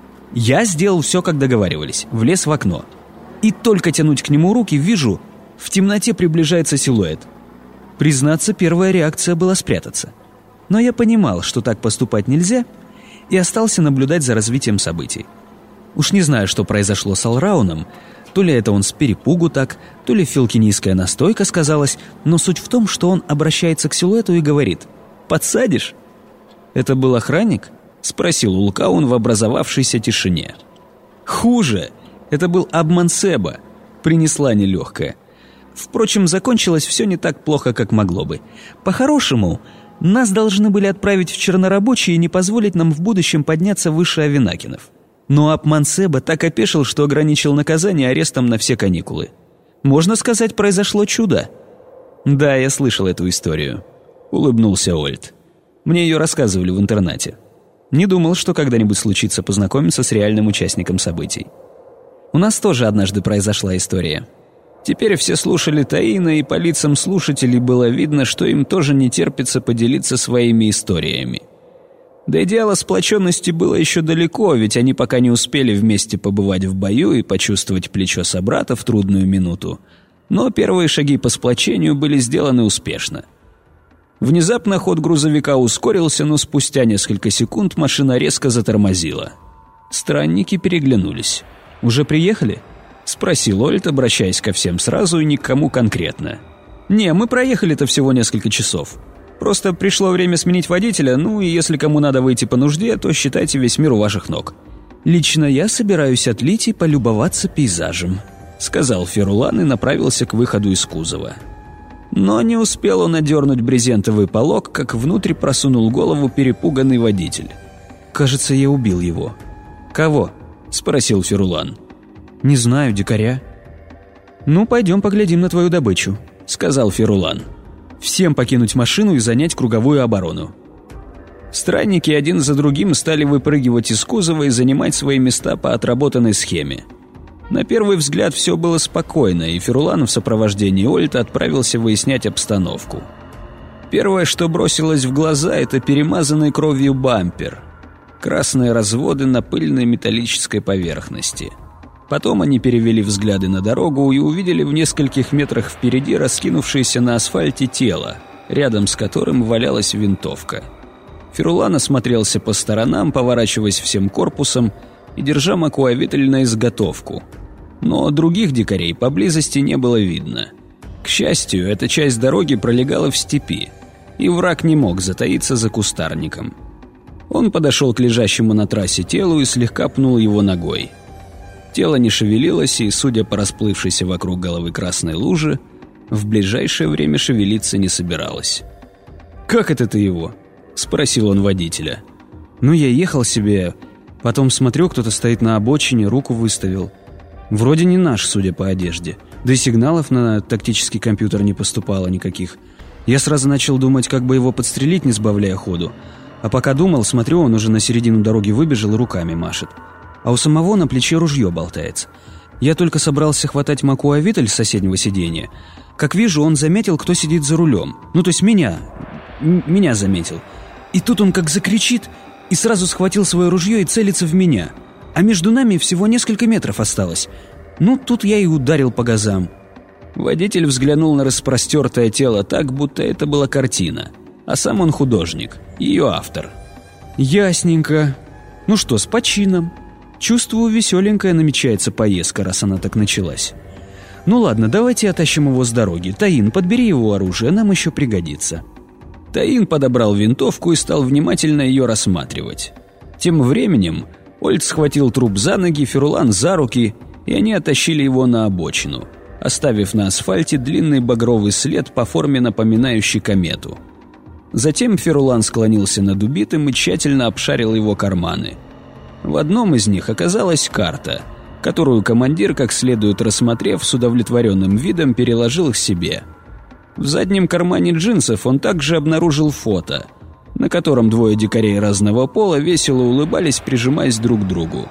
Я сделал все, как договаривались, влез в окно. И только тянуть к нему руки, вижу, в темноте приближается силуэт. Признаться, первая реакция была спрятаться. Но я понимал, что так поступать нельзя, и остался наблюдать за развитием событий. Уж не знаю, что произошло с Алрауном, то ли это он с перепугу так, то ли филкинийская настойка сказалась, но суть в том, что он обращается к силуэту и говорит: «Подсадишь?» «Это был охранник?» — спросил Улкаун в образовавшейся тишине. «Хуже! Это был обман Себа. Принесла нелегкая. Впрочем, закончилось все не так плохо, как могло бы. По-хорошему, нас должны были отправить в чернорабочие и не позволить нам в будущем подняться выше Авенакинов. Но Апмансеба так опешил, что ограничил наказание арестом на все каникулы. Можно сказать, произошло чудо. «Да, я слышал эту историю», — улыбнулся Ольд. «Мне ее рассказывали в интернате. Не думал, что когда-нибудь случится познакомиться с реальным участником событий. У нас тоже однажды произошла история». Теперь все слушали Таина, и по лицам слушателей было видно, что им тоже не терпится поделиться своими историями. До идеала сплоченности было еще далеко, ведь они пока не успели вместе побывать в бою и почувствовать плечо собрата в трудную минуту. Но первые шаги по сплочению были сделаны успешно. Внезапно ход грузовика ускорился, но спустя несколько секунд машина резко затормозила. Странники переглянулись. «Уже приехали?» — спросил Ольд, обращаясь ко всем сразу и ни к кому конкретно. «Не, мы проехали-то всего несколько часов. Просто пришло время сменить водителя, ну и если кому надо выйти по нужде, то считайте весь мир у ваших ног. Лично я собираюсь отлить и полюбоваться пейзажем», — сказал Ферулан и направился к выходу из кузова. Но не успел он одернуть брезентовый полог, как внутрь просунул голову перепуганный водитель. «Кажется, я убил его». «Кого?» — спросил Ферулан. «Не знаю, дикаря». «Ну, пойдем поглядим на твою добычу», — сказал Ферулан. «Всем покинуть машину и занять круговую оборону». Странники один за другим стали выпрыгивать из кузова и занимать свои места по отработанной схеме. На первый взгляд все было спокойно, и Ферулан в сопровождении Ольта отправился выяснять обстановку. Первое, что бросилось в глаза, это перемазанный кровью бампер. Красные разводы на пыльной металлической поверхности. Потом они перевели взгляды на дорогу и увидели в нескольких метрах впереди раскинувшееся на асфальте тело, рядом с которым валялась винтовка. Ферулан осмотрелся по сторонам, поворачиваясь всем корпусом и держа макуавитль на изготовку. Но других дикарей поблизости не было видно. К счастью, эта часть дороги пролегала в степи, и враг не мог затаиться за кустарником. Он подошел к лежащему на трассе телу и слегка пнул его ногой. Тело не шевелилось, и, судя по расплывшейся вокруг головы красной луже, в ближайшее время шевелиться не собиралось. «Как это ты его?» — спросил он водителя. «Ну, я ехал себе, потом смотрю, кто-то стоит на обочине, руку выставил. Вроде не наш, судя по одежде. Да и сигналов на тактический компьютер не поступало никаких. Я сразу начал думать, как бы его подстрелить, не сбавляя ходу. А пока думал, смотрю, он уже на середину дороги выбежал и руками машет. А у самого на плече ружье болтается. Я только собрался хватать макуавитль с соседнего сиденья, как вижу, он заметил, кто сидит за рулем. Ну, то есть меня заметил. И тут он как закричит и сразу схватил свое ружье и целится в меня. А между нами всего несколько метров осталось. Ну, тут я и ударил по газам». Водитель взглянул на распростертое тело так, будто это была картина. А сам он художник, ее автор. «Ясненько. Ну что, с почином. Чувствую, веселенькая намечается поездка, раз она так началась. Ну ладно, давайте отащим его с дороги. Таин, подбери его оружие, нам еще пригодится». Таин подобрал винтовку и стал внимательно ее рассматривать. Тем временем Ольд схватил труп за ноги, Ферулан за руки, и они оттащили его на обочину, оставив на асфальте длинный багровый след по форме, напоминающий комету. Затем Ферулан склонился над убитым и тщательно обшарил его карманы. В одном из них оказалась карта, которую командир, как следует рассмотрев, с удовлетворенным видом переложил к себе. В заднем кармане джинсов он также обнаружил фото, на котором двое дикарей разного пола весело улыбались, прижимаясь друг к другу.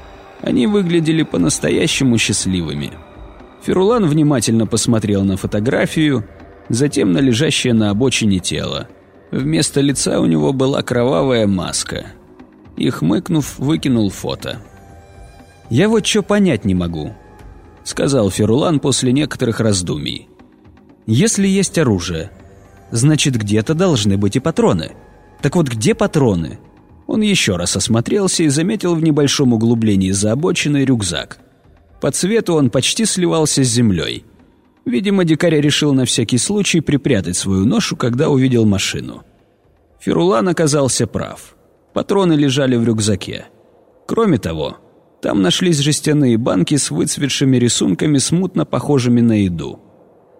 Они выглядели по-настоящему счастливыми. Ферулан внимательно посмотрел на фотографию, затем на лежащее на обочине тело. Вместо лица у него была кровавая маска. И, хмыкнув, выкинул фото. «Я вот что понять не могу», — сказал Ферулан после некоторых раздумий. «Если есть оружие, значит, где-то должны быть и патроны. Так вот, где патроны?» Он еще раз осмотрелся и заметил в небольшом углублении за обочиной рюкзак. По цвету он почти сливался с землей. Видимо, дикарь решил на всякий случай припрятать свою ношу, когда увидел машину. Ферулан оказался прав. Патроны лежали в рюкзаке. Кроме того, там нашлись жестяные банки с выцветшими рисунками, смутно похожими на еду.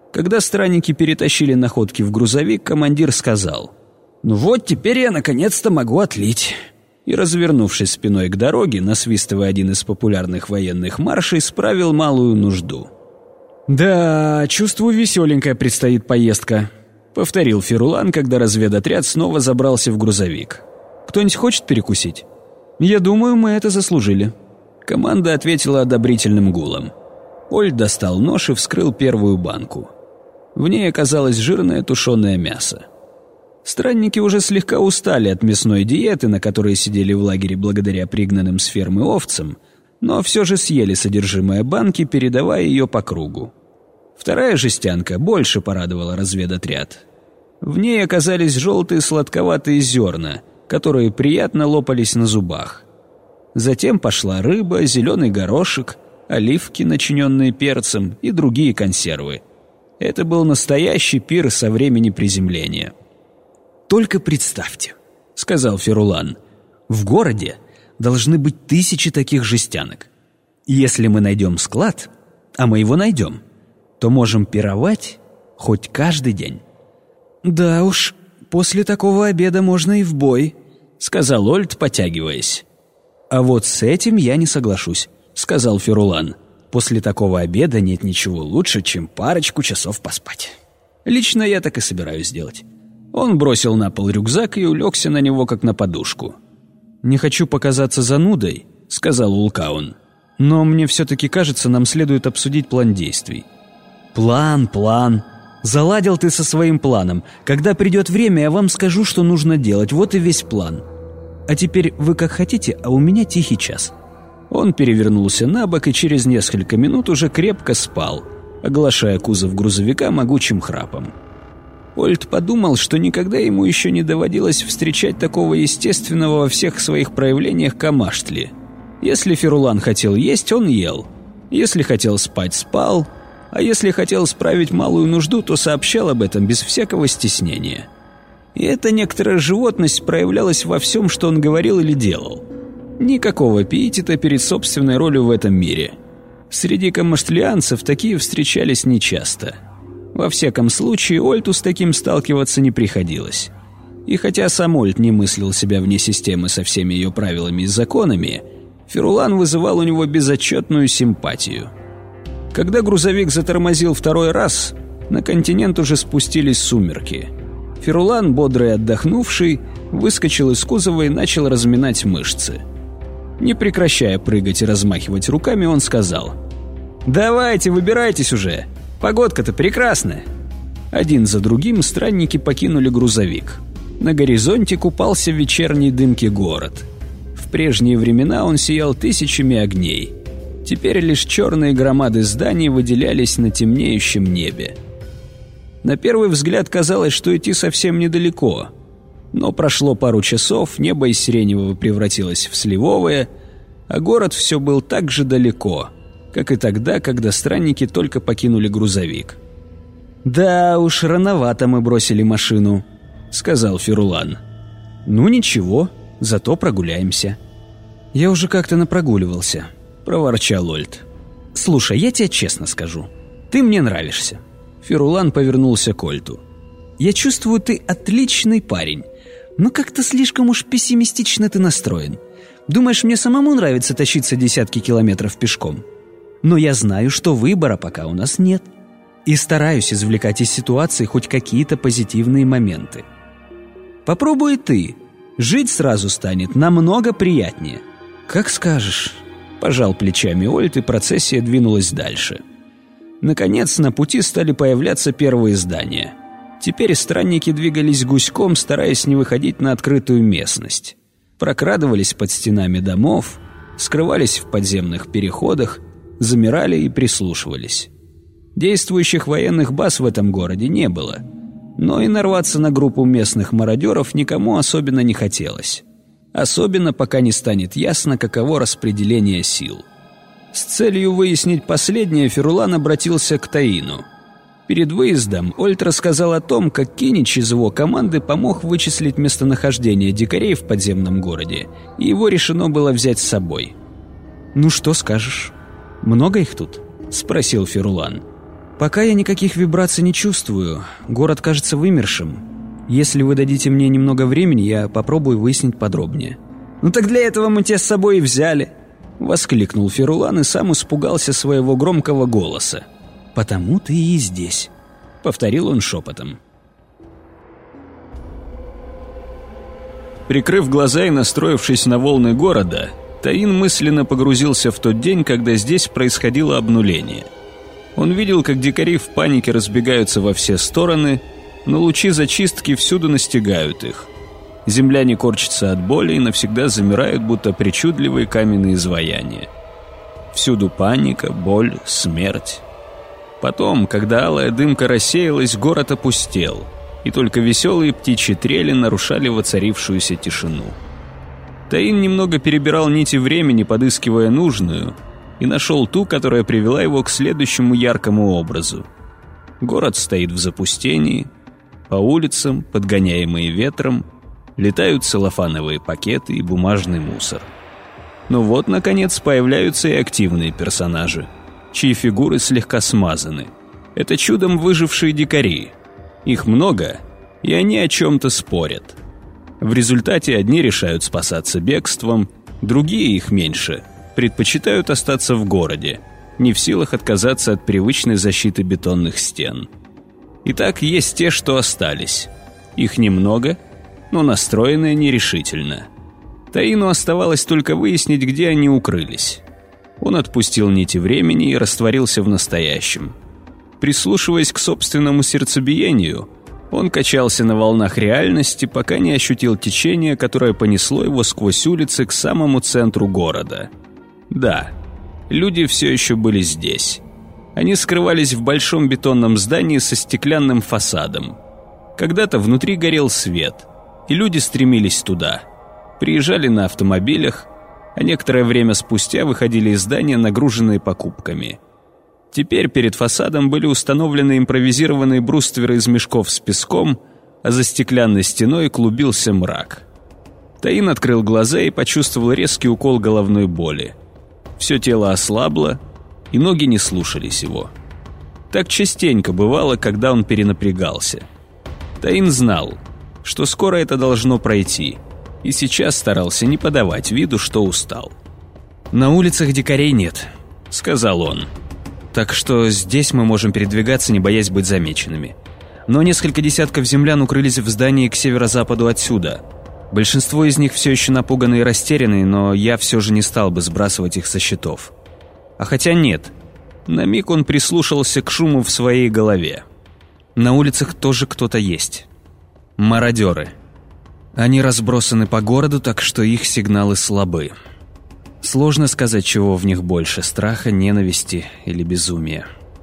Когда странники перетащили находки в грузовик, командир сказал: «Ну вот, теперь я наконец-то могу отлить». И, развернувшись спиной к дороге, насвистывая один из популярных военных маршей, справил малую нужду. «Да, чувствую, веселенькая предстоит поездка», — повторил Ферулан, когда разведотряд снова забрался в грузовик. «Кто-нибудь хочет перекусить?» «Я думаю, мы это заслужили». Команда ответила одобрительным гулом. Ольд достал нож и вскрыл первую банку. В ней оказалось жирное тушеное мясо. Странники уже слегка устали от мясной диеты, на которой сидели в лагере благодаря пригнанным с фермы овцам, но все же съели содержимое банки, передавая ее по кругу. Вторая жестянка больше порадовала разведотряд. В ней оказались желтые сладковатые зерна, которые приятно лопались на зубах. Затем пошла рыба, зеленый горошек, оливки, начиненные перцем, и другие консервы. Это был настоящий пир со времени приземления. «Только представьте», — сказал Ферулан, — «в городе должны быть 1000 таких жестянок. И если мы найдем склад, а мы его найдем, то можем пировать хоть каждый день». «Да уж, после такого обеда можно и в бой», — сказал Ольд, потягиваясь. «А вот с этим я не соглашусь», — сказал Ферулан. «После такого обеда нет ничего лучше, чем парочку часов поспать. Лично я так и собираюсь сделать». Он бросил на пол рюкзак и улегся на него, как на подушку. «Не хочу показаться занудой», — сказал Улкаун, «но мне все-таки кажется, нам следует обсудить план действий». «План. Заладил ты со своим планом. Когда придет время, я вам скажу, что нужно делать. Вот и весь план. А теперь вы как хотите, а у меня тихий час». Он перевернулся на бок и через несколько минут уже крепко спал, оглашая кузов грузовика могучим храпом. Ольд подумал, что никогда ему еще не доводилось встречать такого естественного во всех своих проявлениях камаштли. Если Ферулан хотел есть, он ел. Если хотел спать, спал. А если хотел справить малую нужду, то сообщал об этом без всякого стеснения. И эта некоторая животность проявлялась во всем, что он говорил или делал. Никакого пиетета перед собственной ролью в этом мире. Среди камаштлианцев такие встречались нечасто. Во всяком случае, Ольту с таким сталкиваться не приходилось. И хотя сам Ольт не мыслил себя вне системы со всеми ее правилами и законами, Ферулан вызывал у него безотчетную симпатию. Когда грузовик затормозил второй раз, на континент уже спустились сумерки. Ферулан, бодрый и отдохнувший, выскочил из кузова и начал разминать мышцы. Не прекращая прыгать и размахивать руками, он сказал: «Давайте, выбирайтесь уже! Погодка-то прекрасная!» Один за другим странники покинули грузовик. На горизонте купался в вечерней дымке город. В прежние времена он сиял тысячами огней. Теперь лишь черные громады зданий выделялись на темнеющем небе. На первый взгляд казалось, что идти совсем недалеко. Но прошло пару часов, небо из сиреневого превратилось в сливовое, а город все был так же далеко, как и тогда, когда странники только покинули грузовик. «Да уж, рановато мы бросили машину», — сказал Ферулан. «Ну ничего, зато прогуляемся». «Я уже как-то напрогуливался», — проворчал Ольд. «Слушай, я тебе честно скажу, ты мне нравишься». Ферулан повернулся к Ольту. «Я чувствую, ты отличный парень, но как-то слишком уж пессимистично ты настроен. Думаешь, мне самому нравится тащиться десятки километров пешком? Но я знаю, что выбора пока у нас нет. И стараюсь извлекать из ситуации хоть какие-то позитивные моменты. Попробуй ты. Жить сразу станет намного приятнее». «Как скажешь», — пожал плечами Ольд, и процессия двинулась дальше. Наконец, на пути стали появляться первые здания. Теперь странники двигались гуськом, стараясь не выходить на открытую местность. Прокрадывались под стенами домов, скрывались в подземных переходах, замирали и прислушивались. Действующих военных баз в этом городе не было, но и нарваться на группу местных мародеров никому особенно не хотелось. Особенно пока не станет ясно, каково распределение сил. С целью выяснить последнее, Ферулан обратился к Таину. Перед выездом Ольд рассказал о том, как Кинич из его команды помог вычислить местонахождение дикарей в подземном городе, и его решено было взять с собой. «Ну что скажешь? Много их тут?» — спросил Ферулан. «Пока я никаких вибраций не чувствую. Город кажется вымершим. Если вы дадите мне немного времени, я попробую выяснить подробнее». «Ну так для этого мы тебя с собой и взяли», — воскликнул Ферулан и сам испугался своего громкого голоса. «Потому ты и здесь», — повторил он шепотом. Прикрыв глаза и настроившись на волны города, Таин мысленно погрузился в тот день, когда здесь происходило обнуление. Он видел, как дикари в панике разбегаются во все стороны, но лучи зачистки всюду настигают их. Земляне корчатся от боли и навсегда замирают, будто причудливые каменные изваяния. Всюду паника, боль, смерть. Потом, когда алая дымка рассеялась, город опустел, и только веселые птичьи трели нарушали воцарившуюся тишину. Таин немного перебирал нити времени, подыскивая нужную, и нашел ту, которая привела его к следующему яркому образу. Город стоит в запустении, по улицам, подгоняемые ветром, летают целлофановые пакеты и бумажный мусор. Но вот, наконец, появляются и активные персонажи, чьи фигуры слегка смазаны. Это чудом выжившие дикари. Их много, и они о чем-то спорят. В результате одни решают спасаться бегством, другие, их меньше, предпочитают остаться в городе, не в силах отказаться от привычной защиты бетонных стен. Итак, есть те, что остались. Их немного, но настроенные нерешительно. Таину оставалось только выяснить, где они укрылись. Он отпустил нити времени и растворился в настоящем. Прислушиваясь к собственному сердцебиению, он качался на волнах реальности, пока не ощутил течение, которое понесло его сквозь улицы к самому центру города. Да, люди все еще были здесь. Они скрывались в большом бетонном здании со стеклянным фасадом. Когда-то внутри горел свет, и люди стремились туда. Приезжали на автомобилях, а некоторое время спустя выходили из здания, нагруженные покупками. Теперь перед фасадом были установлены импровизированные брустверы из мешков с песком, а за стеклянной стеной клубился мрак. Таин открыл глаза и почувствовал резкий укол головной боли. Все тело ослабло, и ноги не слушались его. Так частенько бывало, когда он перенапрягался. Таин знал, что скоро это должно пройти, и сейчас старался не подавать виду, что устал. «На улицах дикарей нет», — сказал он. «Так что здесь мы можем передвигаться, не боясь быть замеченными. Но несколько десятков землян укрылись в здании к северо-западу отсюда. Большинство из них все еще напуганы и растеряны, но я все же не стал бы сбрасывать их со счетов. А хотя нет». На миг он прислушался к шуму в своей голове. «На улицах тоже кто-то есть. Мародеры. Они разбросаны по городу, так что их сигналы слабы. Сложно сказать, чего в них больше – страха, ненависти или безумия».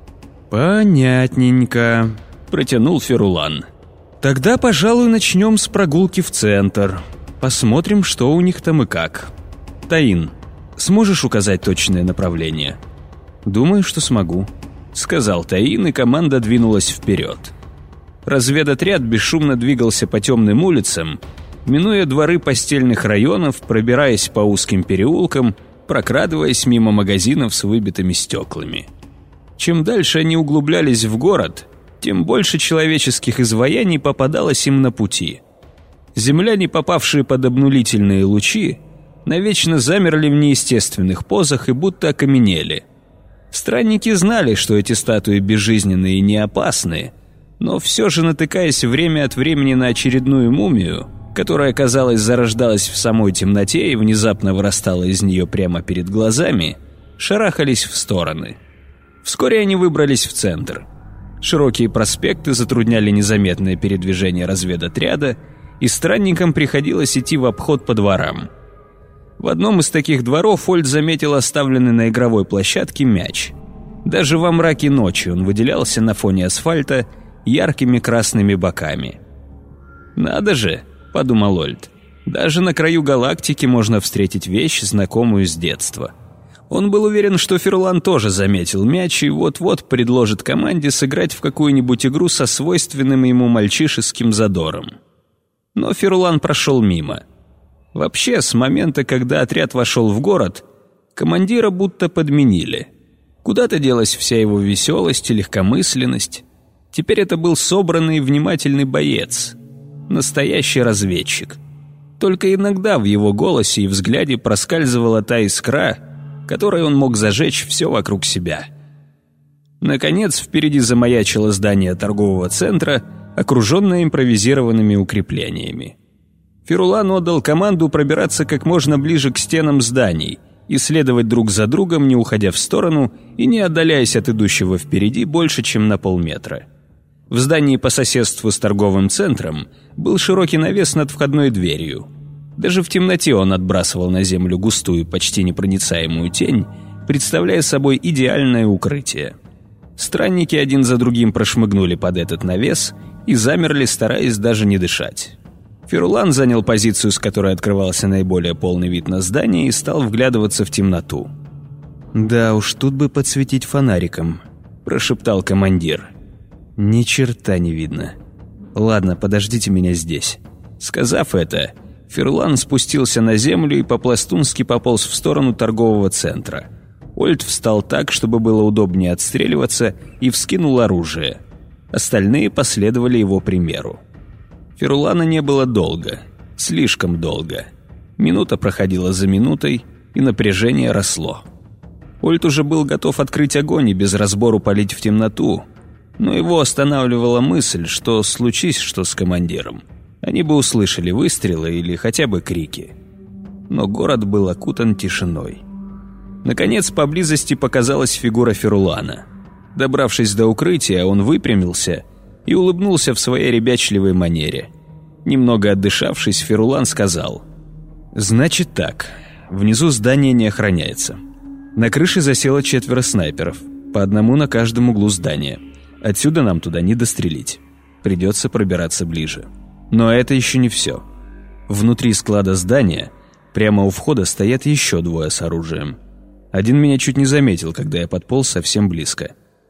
«Понятненько», – протянул Ферулан. «Тогда, пожалуй, начнем с прогулки в центр. Посмотрим, что у них там и как. Таин, сможешь указать точное направление?» «Думаю, что смогу», — сказал Таин, и команда двинулась вперед. Разведотряд бесшумно двигался по темным улицам, минуя дворы постельных районов, пробираясь по узким переулкам, прокрадываясь мимо магазинов с выбитыми стеклами. Чем дальше они углублялись в город, тем больше человеческих изваяний попадалось им на пути. Земляне, попавшие под обнулительные лучи, навечно замерли в неестественных позах и будто окаменели. Странники знали, что эти статуи безжизненные и не опасны, но все же, натыкаясь время от времени на очередную мумию, которая, казалось, зарождалась в самой темноте и внезапно вырастала из нее прямо перед глазами, шарахались в стороны. Вскоре они выбрались в центр. Широкие проспекты затрудняли незаметное передвижение разведотряда, и странникам приходилось идти в обход по дворам. В одном из таких дворов Ольд заметил оставленный на игровой площадке мяч. Даже во мраке ночи он выделялся на фоне асфальта яркими красными боками. «Надо же», — подумал Ольд, — «даже на краю галактики можно встретить вещь, знакомую с детства». Он был уверен, что Ферулан тоже заметил мяч и вот-вот предложит команде сыграть в какую-нибудь игру со свойственным ему мальчишеским задором. Но Ферулан прошел мимо. Вообще, с момента, когда отряд вошел в город, командира будто подменили. Куда-то делась вся его веселость и легкомысленность. Теперь это был собранный и внимательный боец, настоящий разведчик. Только иногда в его голосе и взгляде проскальзывала та искра, которой он мог зажечь все вокруг себя. Наконец, впереди замаячило здание торгового центра, окруженное импровизированными укреплениями. Ферулан отдал команду пробираться как можно ближе к стенам зданий и следовать друг за другом, не уходя в сторону и не отдаляясь от идущего впереди больше, чем на полметра. В здании по соседству с торговым центром был широкий навес над входной дверью. Даже в темноте он отбрасывал на землю густую, почти непроницаемую тень, представляя собой идеальное укрытие. Странники один за другим прошмыгнули под этот навес и замерли, стараясь даже не дышать. Ферулан занял позицию, с которой открывался наиболее полный вид на здание, и стал вглядываться в темноту. «Да уж, тут бы подсветить фонариком», – прошептал командир. «Ни черта не видно. Ладно, подождите меня здесь». Сказав это, Ферулан спустился на землю и по-пластунски пополз в сторону торгового центра. Ольд встал так, чтобы было удобнее отстреливаться, и вскинул оружие. Остальные последовали его примеру. Ферулана не было долго, слишком долго. Минута проходила за минутой, и напряжение росло. Ольд уже был готов открыть огонь и без разбору палить в темноту, но его останавливала мысль, что случись что с командиром, они бы услышали выстрелы или хотя бы крики. Но город был окутан тишиной. Наконец, поблизости показалась фигура Ферулана. Добравшись до укрытия, он выпрямился и улыбнулся в своей ребячливой манере. Немного отдышавшись, Ферулан сказал: «Значит так, внизу здание не охраняется. На крыше засело 4 снайперов, по одному на каждом углу здания. Отсюда нам туда не дострелить. Придется пробираться ближе. Но это еще не все. Внутри склада здания, прямо у входа, стоят еще 2 с оружием. Один меня чуть не заметил, когда я подполз совсем близко.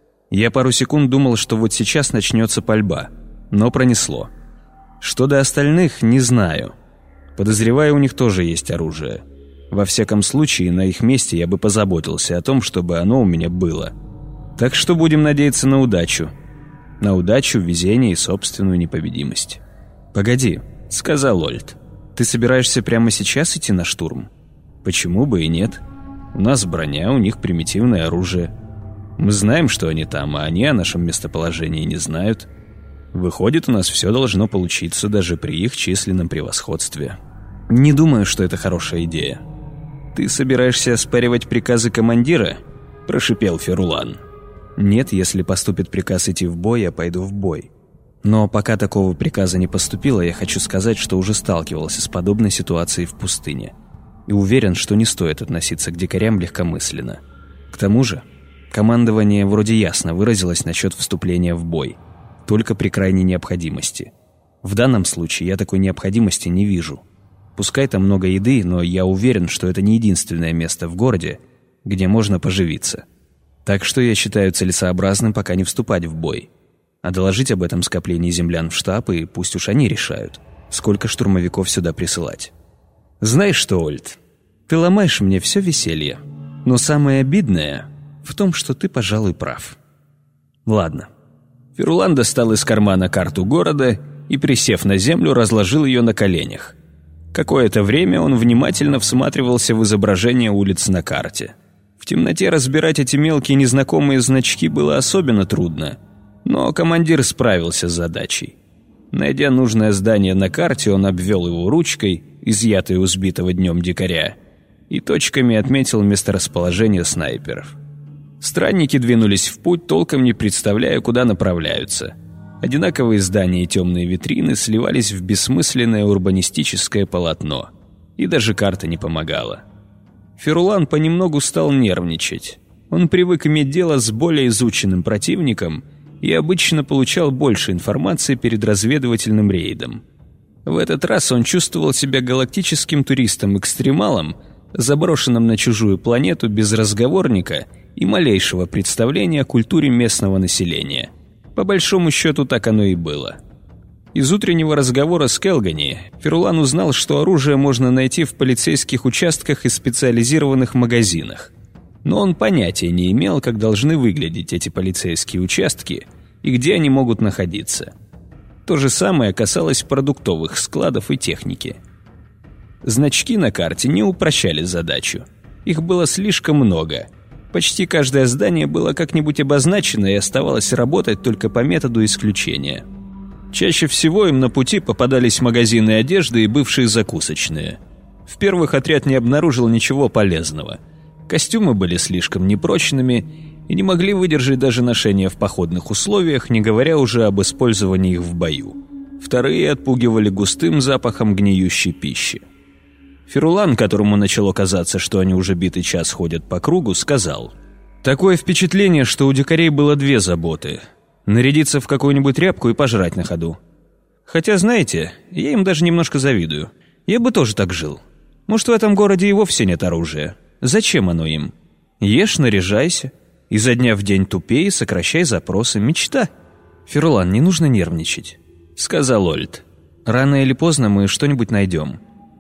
Я пару секунд думал, что вот сейчас начнется пальба, но пронесло. Что до остальных, не знаю. Подозреваю, у них тоже есть оружие. Во всяком случае, на их месте я бы позаботился о том, чтобы оно у меня было. Так что будем надеяться на удачу. На удачу, везение и собственную непобедимость». «Погоди», — сказал Ольд. «Ты собираешься прямо сейчас идти на штурм?» «Почему бы и нет? У нас броня, у них примитивное оружие. Мы знаем, что они там, а они о нашем местоположении не знают. Выходит, у нас все должно получиться даже при их численном превосходстве. Не думаю, что это хорошая идея». «Ты собираешься оспаривать приказы командира?» – прошипел Ферулан. «Нет, если поступит приказ идти в бой, я пойду в бой. Но пока такого приказа не поступило, я хочу сказать, что уже сталкивался с подобной ситуацией в пустыне. И уверен, что не стоит относиться к дикарям легкомысленно. К тому же, командование вроде ясно выразилось насчет вступления в бой. Только при крайней необходимости. В данном случае я такой необходимости не вижу. Пускай там много еды, но я уверен, что это не единственное место в городе, где можно поживиться. Так что я считаю целесообразным пока не вступать в бой. А доложить об этом скоплении землян в штаб, и пусть уж они решают, сколько штурмовиков сюда присылать. Знаешь что, Ольд, ты ломаешь мне все веселье. Но самое обидное в том, что ты, пожалуй, прав. Ладно». Ферулан достал из кармана карту города и, присев на землю, разложил ее на коленях. Какое-то время он внимательно всматривался в изображение улиц на карте. В темноте разбирать эти мелкие незнакомые значки было особенно трудно, но командир справился с задачей. Найдя нужное здание на карте, он обвел его ручкой, изъятой у сбитого днем дикаря, и точками отметил месторасположение снайперов. Странники двинулись в путь, толком не представляя, куда направляются. Одинаковые здания и темные витрины сливались в бессмысленное урбанистическое полотно, и даже карта не помогала. Ферулан понемногу стал нервничать. Он привык иметь дело с более изученным противником и обычно получал больше информации перед разведывательным рейдом. В этот раз он чувствовал себя галактическим туристом-экстремалом, заброшенным на чужую планету без разговорника и малейшего представления о культуре местного населения. По большому счету, так оно и было. Из утреннего разговора с Келгани Ферулан узнал, что оружие можно найти в полицейских участках и специализированных магазинах. но он понятия не имел, как должны выглядеть эти полицейские участки и где они могут находиться. То же самое касалось продуктовых складов и техники. Значки на карте не упрощали задачу. Их было слишком много. Почти каждое здание было как-нибудь обозначено и оставалось работать только по методу исключения. Чаще всего им на пути попадались магазины одежды и бывшие закусочные. В первых отряд не обнаружил ничего полезного. Костюмы были слишком непрочными и не могли выдержать даже ношение в походных условиях, не говоря уже об использовании их в бою. Вторые отпугивали густым запахом гниющей пищи. Ферулан, которому начало казаться, что они уже битый час ходят по кругу, сказал: «Такое впечатление, что у дикарей было две заботы – нарядиться в какую-нибудь тряпку и пожрать на ходу. Хотя, знаете, я им даже немножко завидую. Я бы тоже так жил. Может, в этом городе и вовсе нет оружия. Зачем оно им? Ешь, наряжайся. Изо дня в день тупее, сокращай запросы. Мечта». «Ферулан, не нужно нервничать», – сказал Ольд. «Рано или поздно мы что-нибудь найдем».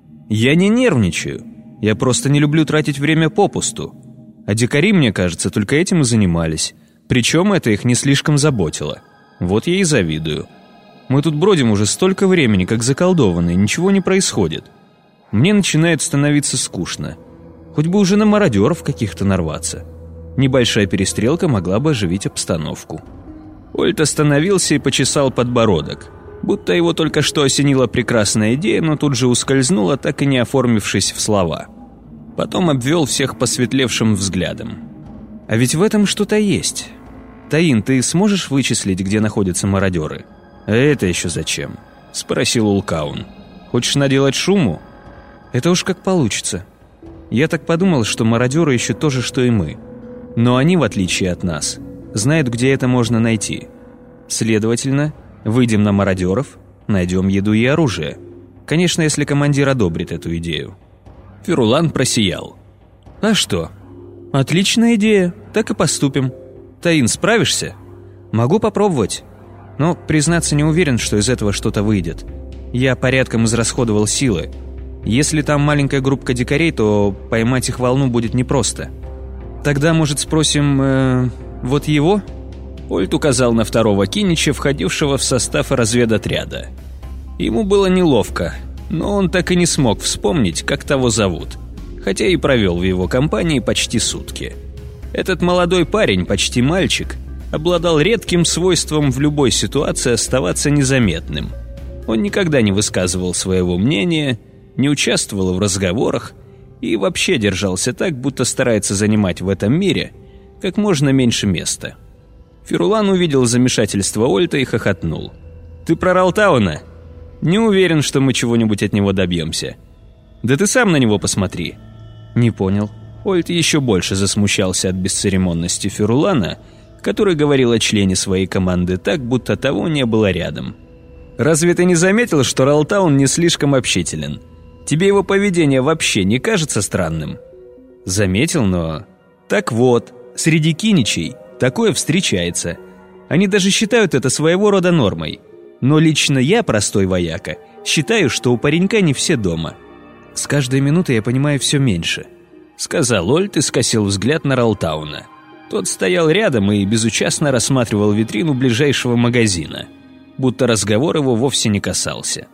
«Я не нервничаю. Я просто не люблю тратить время попусту. А дикари, мне кажется, только этим и занимались. Причем это их не слишком заботило. Вот я и завидую. Мы тут бродим уже столько времени, как заколдованные, ничего не происходит. Мне начинает становиться скучно. Хоть бы уже на мародеров каких-то нарваться. Небольшая перестрелка могла бы оживить обстановку». Ольд остановился и почесал подбородок, будто его только что осенила прекрасная идея, но тут же ускользнула, так и не оформившись в слова. Потом обвел всех посветлевшим взглядом. «А ведь в этом что-то есть. Таин, ты сможешь вычислить, где находятся мародеры?» «А это еще зачем?» – спросил Улкаун. «Хочешь наделать шуму?» «Это уж как получится. Я так подумал, что мародеры ищут то же, что и мы. Но они, в отличие от нас, знают, где это можно найти. Следовательно, выйдем на мародеров, найдем еду и оружие. Конечно, если командир одобрит эту идею». Ферулан просиял. «А что? Отличная идея, так и поступим. Таин, справишься?» «Могу попробовать. Но, признаться, не уверен, что из этого что-то выйдет. Я порядком израсходовал силы. Если там маленькая группка дикарей, то поймать их волну будет непросто. Тогда, может, спросим... вот его?» Ольд указал на второго кинича, входившего в состав разведотряда. Ему было неловко, но он так и не смог вспомнить, как того зовут, хотя и провел в его компании почти сутки. Этот молодой парень, почти мальчик, обладал редким свойством в любой ситуации оставаться незаметным. Он никогда не высказывал своего мнения, не участвовал в разговорах и вообще держался так, будто старается занимать в этом мире как можно меньше места. Ферулан увидел замешательство Ольта и хохотнул. «Ты про Ралтауна? Не уверен, что мы чего-нибудь от него добьемся. Да ты сам на него посмотри». «Не понял». Ольт еще больше засмущался от бесцеремонности Ферулана, который говорил о члене своей команды так, будто того не было рядом. «Разве ты не заметил, что Ралтаун не слишком общителен? Тебе его поведение вообще не кажется странным?» «Заметил, но...» «Так вот, среди киничей такое встречается. Они даже считают это своего рода нормой. Но лично я, простой вояка, считаю, что у паренька не все дома». «С каждой минутой я понимаю все меньше», — сказал Ольд и скосил взгляд на Ралтауна. Тот стоял рядом и безучастно рассматривал витрину ближайшего магазина, будто разговор его вовсе не касался.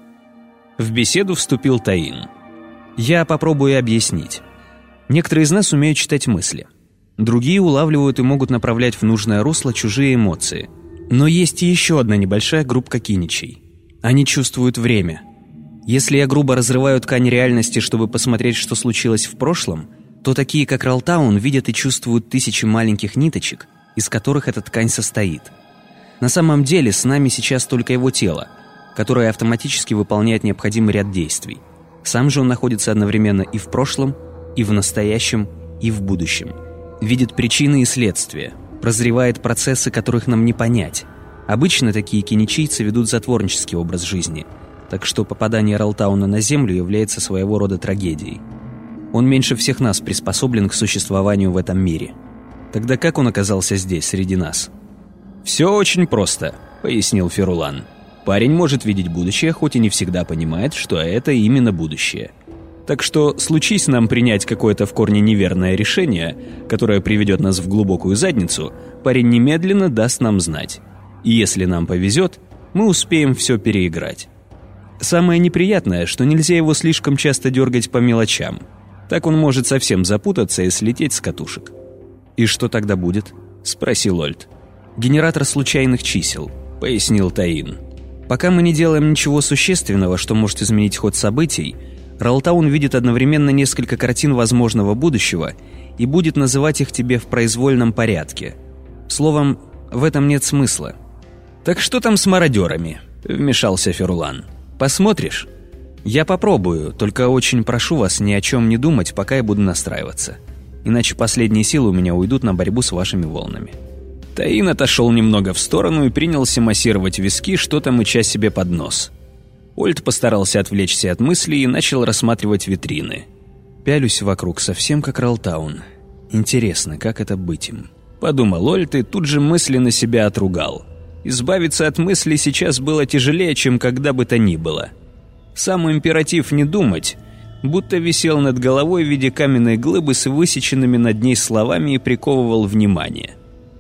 В беседу вступил Таин. «Я попробую объяснить. Некоторые из нас умеют читать мысли. Другие улавливают и могут направлять в нужное русло чужие эмоции. Но есть и еще одна небольшая группа киничей. Они чувствуют время. Если я грубо разрываю ткань реальности, чтобы посмотреть, что случилось в прошлом, то такие, как Ралтаун, видят и чувствуют тысячи маленьких ниточек, из которых эта ткань состоит. На самом деле с нами сейчас только его тело, которое автоматически выполняет необходимый ряд действий. Сам же он находится одновременно и в прошлом, и в настоящем, и в будущем. Видит причины и следствия, прозревает процессы, которых нам не понять. Обычно такие киничийцы ведут затворнический образ жизни, так что попадание Ралтауна на Землю является своего рода трагедией. Он меньше всех нас приспособлен к существованию в этом мире. Тогда как он оказался здесь, среди нас? «Все очень просто», — пояснил Ферулан. «Парень может видеть будущее, хоть и не всегда понимает, что это именно будущее. Так что, случись нам принять какое-то в корне неверное решение, которое приведет нас в глубокую задницу, парень немедленно даст нам знать. И если нам повезет, мы успеем все переиграть. Самое неприятное, что нельзя его слишком часто дергать по мелочам. Так он может совсем запутаться и слететь с катушек. «И что тогда будет?» – спросил Ольд. «Генератор случайных чисел», – пояснил Таин. «Пока мы не делаем ничего существенного, что может изменить ход событий, Ралтаун видит одновременно несколько картин возможного будущего и будет называть их тебе в произвольном порядке. Словом, в этом нет смысла». «Так что там с мародерами?» – вмешался Ферулан. «Посмотришь?» «Я попробую, только очень прошу вас ни о чем не думать, пока я буду настраиваться. Иначе последние силы у меня уйдут на борьбу с вашими волнами». Таин отошел немного в сторону и принялся массировать виски, что-то мыча себе под нос. Ольд постарался отвлечься от мыслей и начал рассматривать витрины. «Пялюсь вокруг, совсем как Ралтаун. Интересно, как это быть им?» Подумал Ольд и тут же мысленно себя отругал. Избавиться от мыслей сейчас было тяжелее, чем когда бы то ни было. Сам императив «не думать» будто висел над головой в виде каменной глыбы с высеченными над ней словами и приковывал внимание.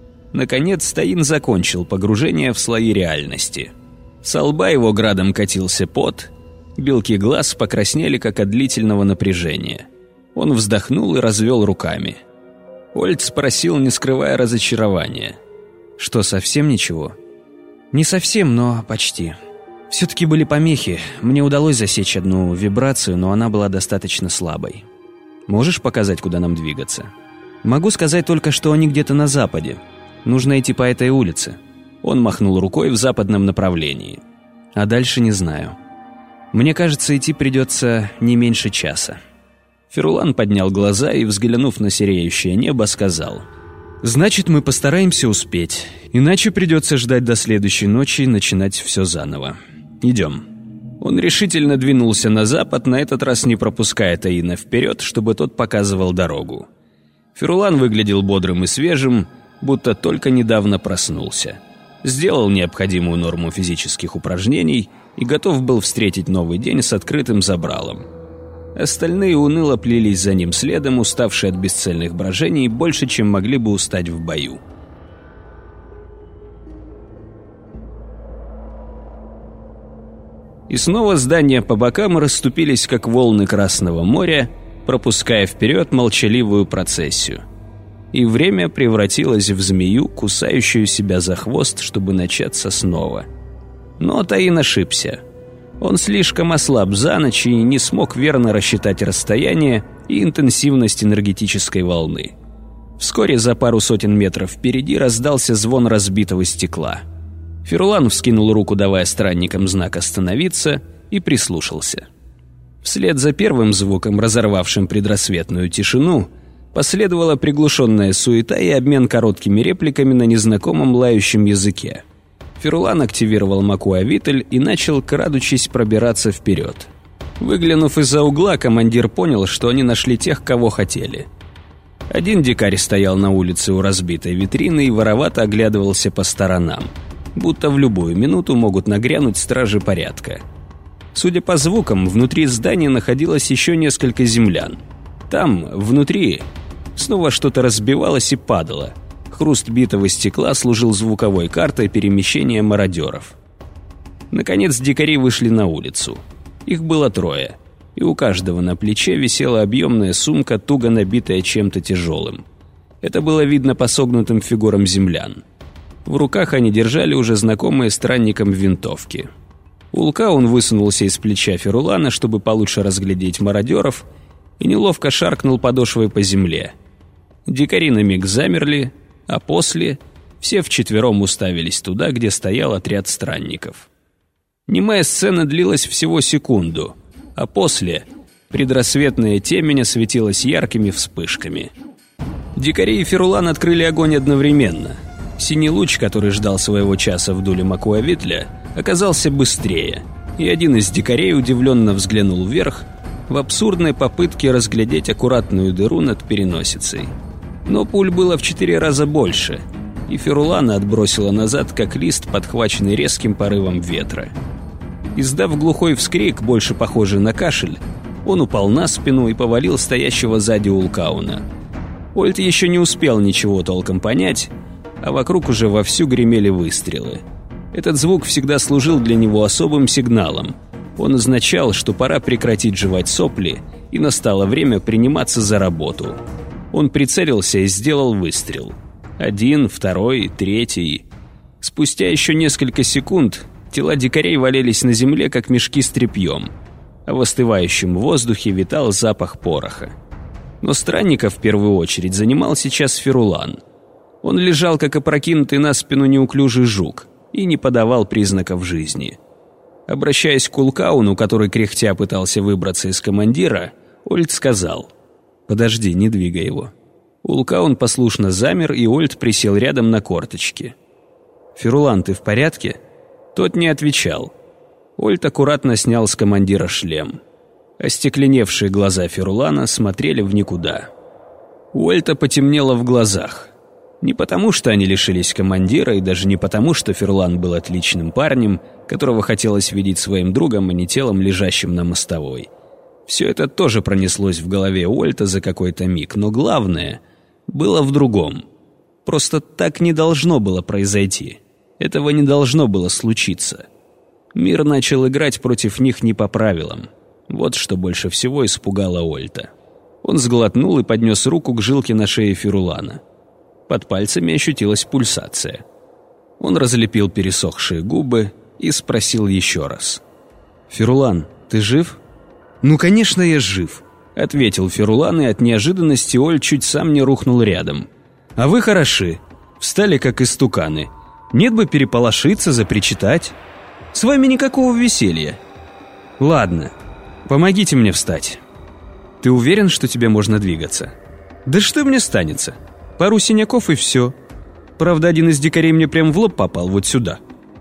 Наконец Таин закончил погружение в слои реальности. Со лба его градом катился пот, белки глаз покраснели, как от длительного напряжения. Он вздохнул и развел руками. Ольд спросил, не скрывая разочарования. «Что, совсем ничего?» «Не совсем, но почти. Все-таки были помехи. Мне удалось засечь одну вибрацию, но она была достаточно слабой. Можешь показать, куда нам двигаться?» «Могу сказать только, что они где-то на западе. Нужно идти по этой улице». Он махнул рукой в западном направлении. «А дальше не знаю. Мне кажется, идти придется не меньше часа». Ферулан поднял глаза и, взглянув на сереющее небо, сказал: «Значит, мы постараемся успеть. Иначе придется ждать до следующей ночи и начинать все заново. Идем». Он решительно двинулся на запад, на этот раз не пропуская Таина вперед, чтобы тот показывал дорогу. Ферулан выглядел бодрым и свежим, будто только недавно проснулся. Сделал необходимую норму физических упражнений и готов был встретить новый день с открытым забралом. Остальные уныло плелись за ним следом, уставшие от бесцельных брожений больше, чем могли бы устать в бою. И снова здания по бокам расступились, как волны Красного моря, пропуская вперед молчаливую процессию. И время превратилось в змею, кусающую себя за хвост, чтобы начаться снова. Но Таин ошибся. Он слишком ослаб за ночь и не смог верно рассчитать расстояние и интенсивность энергетической волны. Вскоре за пару сотен метров впереди раздался звон разбитого стекла. Ферулан вскинул руку, давая странникам знак «остановиться», и прислушался. Вслед за первым звуком, разорвавшим предрассветную тишину, последовала приглушенная суета и обмен короткими репликами на незнакомом лающем языке. Ферулан активировал Макуавитль и начал, крадучись, пробираться вперед. Выглянув из-за угла, командир понял, что они нашли тех, кого хотели. Один дикарь стоял на улице у разбитой витрины и воровато оглядывался по сторонам, будто в любую минуту могут нагрянуть стражи порядка. Судя по звукам, внутри здания находилось еще несколько землян. Там, внутри, снова что-то разбивалось и падало. Хруст битого стекла служил звуковой картой перемещения мародеров. Наконец дикари вышли на улицу. Их было 3, и у каждого на плече висела объемная сумка, туго набитая чем-то тяжелым. Это было видно по согнутым фигурам землян. В руках они держали уже знакомые странникам винтовки. Улкаун высунулся из плеча Ферулана, чтобы получше разглядеть мародеров, и неловко шаркнул подошвой по земле. Дикари на миг замерли, а после все вчетвером уставились туда, где стоял отряд странников. Немая сцена длилась всего секунду, а после предрассветная темень осветилась яркими вспышками. Дикари и Ферулан открыли огонь одновременно. Синий луч, который ждал своего часа в дуле Макуавитля, оказался быстрее, и один из дикарей удивленно взглянул вверх в абсурдной попытке разглядеть аккуратную дыру над переносицей. Но пуль было в 4 раза больше, и Ферулана отбросило назад, как лист, подхваченный резким порывом ветра. Издав глухой вскрик, больше похожий на кашель, Он упал на спину и повалил стоящего сзади Улкауна. Ольд еще не успел ничего толком понять, а вокруг уже вовсю гремели выстрелы. Этот звук всегда служил для него особым сигналом. Он означал, что пора прекратить жевать сопли, и настало время приниматься за работу. Он прицелился и сделал выстрел. 1, 2, 3. Спустя еще несколько секунд тела дикарей валялись на земле, как мешки с тряпьем, а в остывающем воздухе витал запах пороха. Но странника в первую очередь занимал сейчас Ферулан. Он лежал, как опрокинутый на спину неуклюжий жук, и не подавал признаков жизни. Обращаясь к Улкауну, который кряхтя пытался выбраться из командира, Ольд сказал: «Подожди, не двигай его». Улкаун послушно замер, и Ольд присел рядом на корточки. «Ферулан, ты в порядке?» Тот не отвечал. Ольд аккуратно снял с командира шлем. Остекленевшие глаза Ферулана смотрели в никуда. У Ольда потемнело в глазах. Не потому, что они лишились командира, и даже не потому, что Ферулан был отличным парнем, которого хотелось видеть своим другом, а не телом, лежащим на мостовой. Все это тоже пронеслось в голове Ольда за какой-то миг, но главное было в другом. Просто так не должно было произойти. Этого не должно было случиться. Мир начал играть против них не по правилам. Вот что больше всего испугало Ольда. Он сглотнул и поднес руку к жилке на шее Ферулана. Под пальцами ощутилась пульсация. Он разлепил пересохшие губы и спросил еще раз: «Ферулан, ты жив?» «Ну, конечно, я жив», — ответил Ферулан, и от неожиданности Ольд чуть сам не рухнул рядом. «А вы хороши. Встали, как истуканы. Нет бы переполошиться, запричитать. С вами никакого веселья. Ладно, помогите мне встать. Ты уверен, что тебе можно двигаться?» «Да что мне станется? Пару синяков и все. Правда, один из дикарей мне прям в лоб попал, вот сюда».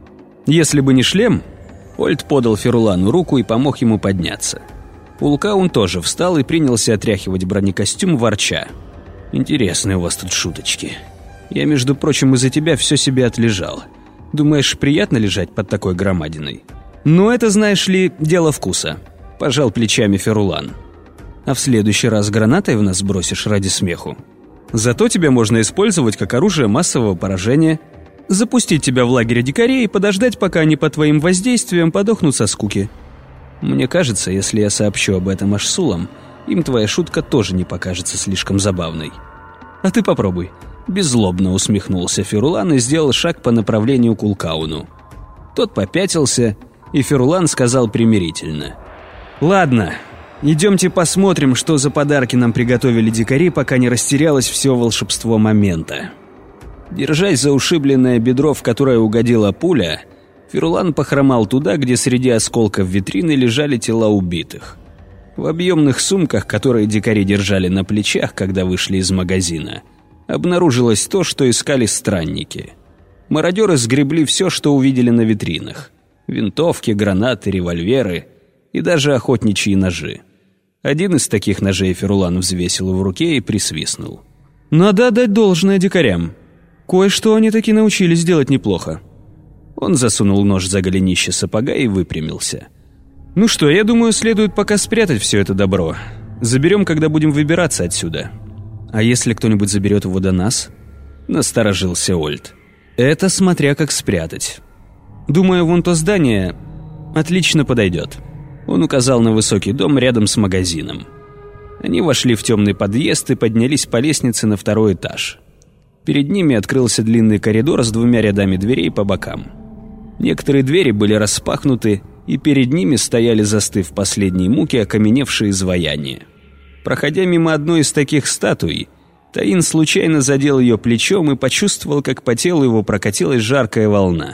Если бы не шлем, Ольд подал Ферулану руку и помог ему подняться. Улкаун тоже встал и принялся отряхивать бронекостюм, ворча: «Интересные у вас тут шуточки. Я, между прочим, из-за тебя все себе отлежал. Думаешь, приятно лежать под такой громадиной?» «Ну, это, знаешь ли, дело вкуса», – пожал плечами Ферулан. «А в следующий раз гранатой в нас бросишь ради смеху? Зато тебя можно использовать как оружие массового поражения, запустить тебя в лагере дикарей и подождать, пока они под твоим воздействием подохнут со скуки. Мне кажется, если я сообщу об этом Ашсулам, им твоя шутка тоже не покажется слишком забавной. А ты попробуй». Беззлобно усмехнулся Ферулан и сделал шаг по направлению к Улкауну. Тот попятился, и Ферулан сказал примирительно: «Ладно, идемте посмотрим, что за подарки нам приготовили дикари, пока не растерялось все волшебство момента». Держась за ушибленное бедро, в которое угодила пуля, Ферулан похромал туда, где среди осколков витрины лежали тела убитых. В объемных сумках, которые дикари держали на плечах, когда вышли из магазина, обнаружилось то, что искали странники. Мародеры сгребли все, что увидели на витринах: винтовки, гранаты, револьверы и даже охотничьи ножи. Один из таких ножей Ферулан взвесил в руке и присвистнул. «Надо отдать должное дикарям. Кое-что они таки научились делать неплохо». Он засунул нож за голенище сапога и выпрямился. «Ну что, я думаю, следует пока спрятать все это добро. Заберем, когда будем выбираться отсюда». «А если кто-нибудь заберет его до нас?» – насторожился Ольд. «Это смотря как спрятать. Думаю, вон то здание отлично подойдет». Он указал на высокий дом рядом с магазином. Они вошли в темный подъезд и поднялись по лестнице на 2-й этаж. Перед ними открылся длинный коридор с 2 рядами дверей по бокам. Некоторые двери были распахнуты, и перед ними стояли, застыв в последней муке, окаменевшие изваяния. Проходя мимо одной из таких статуй, Таин случайно задел ее плечом и почувствовал, как по телу его прокатилась жаркая волна.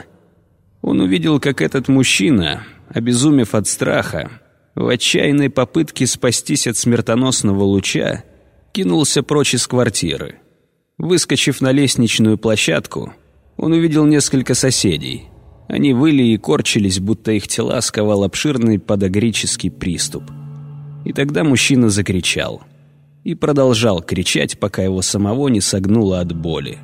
Он увидел, как этот мужчина, обезумев от страха, в отчаянной попытке спастись от смертоносного луча, кинулся прочь из квартиры. Выскочив на лестничную площадку, он увидел несколько соседей. Они выли и корчились, будто их тела сковал обширный подагрический приступ. И тогда мужчина закричал. И продолжал кричать, пока его самого не согнуло от боли.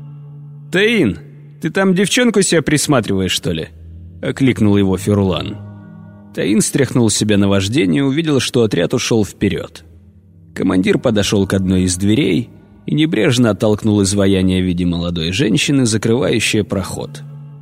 «Таин, ты там девчонку себе присматриваешь, что ли?» — окликнул его Ферулан. Таин стряхнул с себя наваждение и увидел, что отряд ушел вперед. Командир подошел к одной из дверей и небрежно оттолкнул изваяние в виде молодой женщины, закрывающее проход.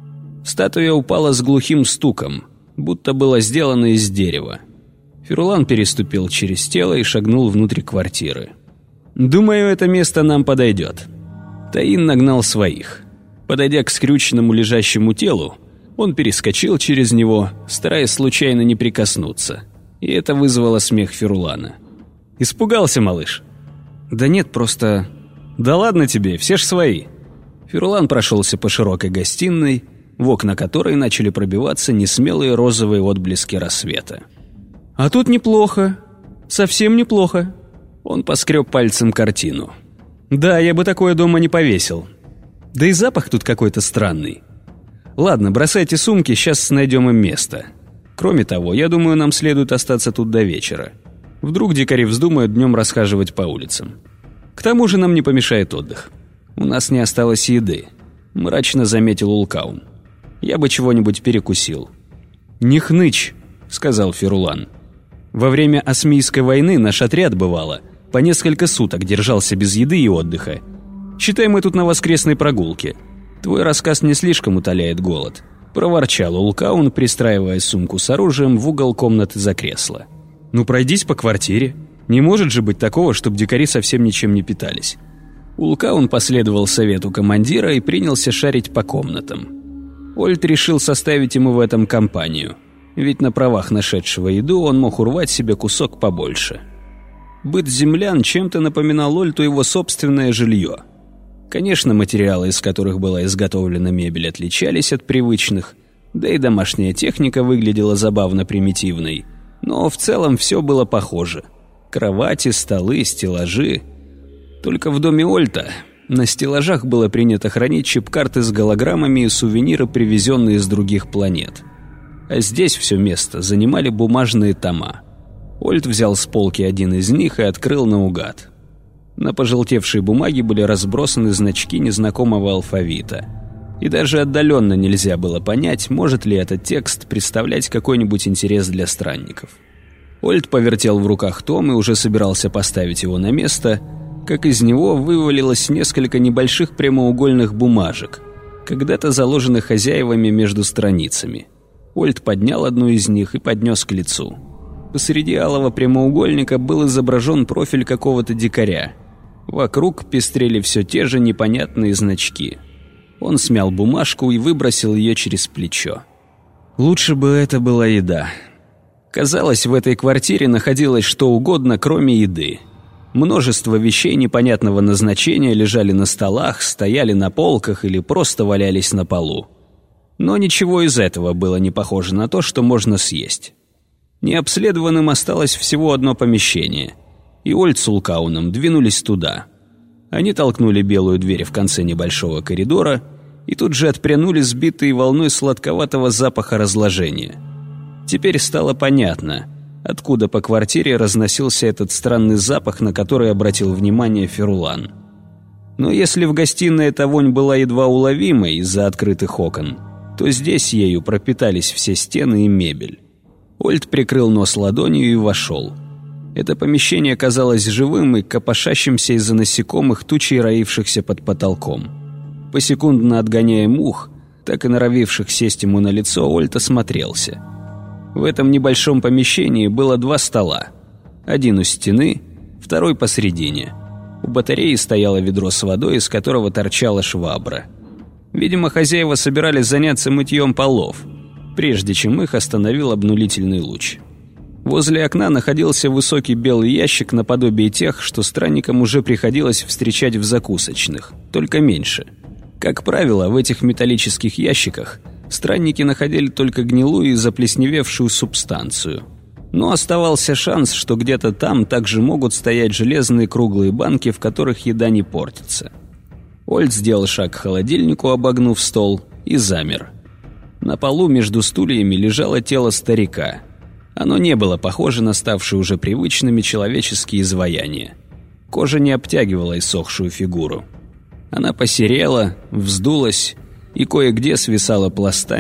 Статуя упала с глухим стуком, будто была сделана из дерева. Ферулан переступил через тело и шагнул внутрь квартиры. «Думаю, это место нам подойдет». Таин нагнал своих. Подойдя к скрюченному лежащему телу, он перескочил через него, стараясь случайно не прикоснуться. И это вызвало смех Ферулана. «Испугался, малыш?» «Да нет, просто...» «Да ладно тебе, все ж свои». Ферулан прошелся по широкой гостиной, в окна которой начали пробиваться несмелые розовые отблески рассвета. «А тут неплохо, совсем неплохо». Он поскреб пальцем картину. «Да, я бы такое дома не повесил. Да и запах тут какой-то странный. Ладно, бросайте сумки, сейчас найдем им место. Кроме того, я думаю, нам следует остаться тут до вечера. Вдруг дикари вздумают днем расхаживать по улицам. К тому же нам не помешает отдых. У нас не осталось еды», — мрачно заметил Улкаун. «Я бы чего-нибудь перекусил». «Не хнычь», — сказал Ферулан. «Во время Осмийской войны наш отряд, бывало, по несколько суток держался без еды и отдыха. Считай, мы тут на воскресной прогулке. Твой рассказ не слишком утоляет голод», — проворчал Улкаун, пристраивая сумку с оружием в угол комнаты за кресло. «Ну пройдись по квартире. Не может же быть такого, чтобы дикари совсем ничем не питались». Улкаун последовал совету командира и принялся шарить по комнатам. Ольд решил составить ему в этом компанию, ведь на правах нашедшего еду он мог урвать себе кусок побольше. Быт землян чем-то напоминал Ольту его собственное жилье. Конечно, материалы, из которых была изготовлена мебель, отличались от привычных, да и домашняя техника выглядела забавно примитивной, но в целом все было похоже. Кровати, столы, стеллажи. Только в доме Ольта на стеллажах было принято хранить чип-карты с голограммами и сувениры, привезенные с других планет. А здесь все место занимали бумажные тома. Ольт взял с полки один из них и открыл наугад. На пожелтевшей бумаге были разбросаны значки незнакомого алфавита. И даже отдаленно нельзя было понять, может ли этот текст представлять какой-нибудь интерес для странников. Ольт повертел в руках том и уже собирался поставить его на место, как из него вывалилось несколько небольших прямоугольных бумажек, когда-то заложенных хозяевами между страницами. Ольт поднял одну из них и поднес к лицу. Посреди алого прямоугольника был изображен профиль какого-то дикаря. Вокруг пестрели все те же непонятные значки. Он смял бумажку и выбросил ее через плечо. Лучше бы это была еда. Казалось, в этой квартире находилось что угодно, кроме еды. Множество вещей непонятного назначения лежали на столах, стояли на полках или просто валялись на полу. Но ничего из этого было не похоже на то, что можно съесть. Необследованным осталось всего одно помещение, и Ольт с Улкауном двинулись туда. Они толкнули белую дверь в конце небольшого коридора и тут же отпрянули сбитые волной сладковатого запаха разложения. Теперь стало понятно, откуда по квартире разносился этот странный запах, на который обратил внимание Ферулан. Но если в гостиной эта вонь была едва уловимой из-за открытых окон, то здесь ею пропитались все стены и мебель. Ольт прикрыл нос ладонью и вошел. Это помещение казалось живым и копошащимся из-за насекомых, тучей роившихся под потолком. Посекундно отгоняя мух, так и норовивших сесть ему на лицо, Ольт осмотрелся. В этом небольшом помещении было 2 стола. Один у стены, второй посредине. У батареи стояло ведро с водой, из которого торчала швабра. Видимо, хозяева собирались заняться мытьем полов, прежде чем их остановил обнулительный луч. Возле окна находился высокий белый ящик наподобие тех, что странникам уже приходилось встречать в закусочных, только меньше. Как правило, в этих металлических ящиках странники находили только гнилую и заплесневевшую субстанцию. Но оставался шанс, что где-то там также могут стоять железные круглые банки, в которых еда не портится. Ольт сделал шаг к холодильнику, обогнув стол, и замер. На полу между стульями лежало тело старика. Оно не было похоже на ставшие уже привычными человеческие изваяния. Кожа не обтягивала иссохшую фигуру. Она посерела, вздулась и кое-где свисала пластами,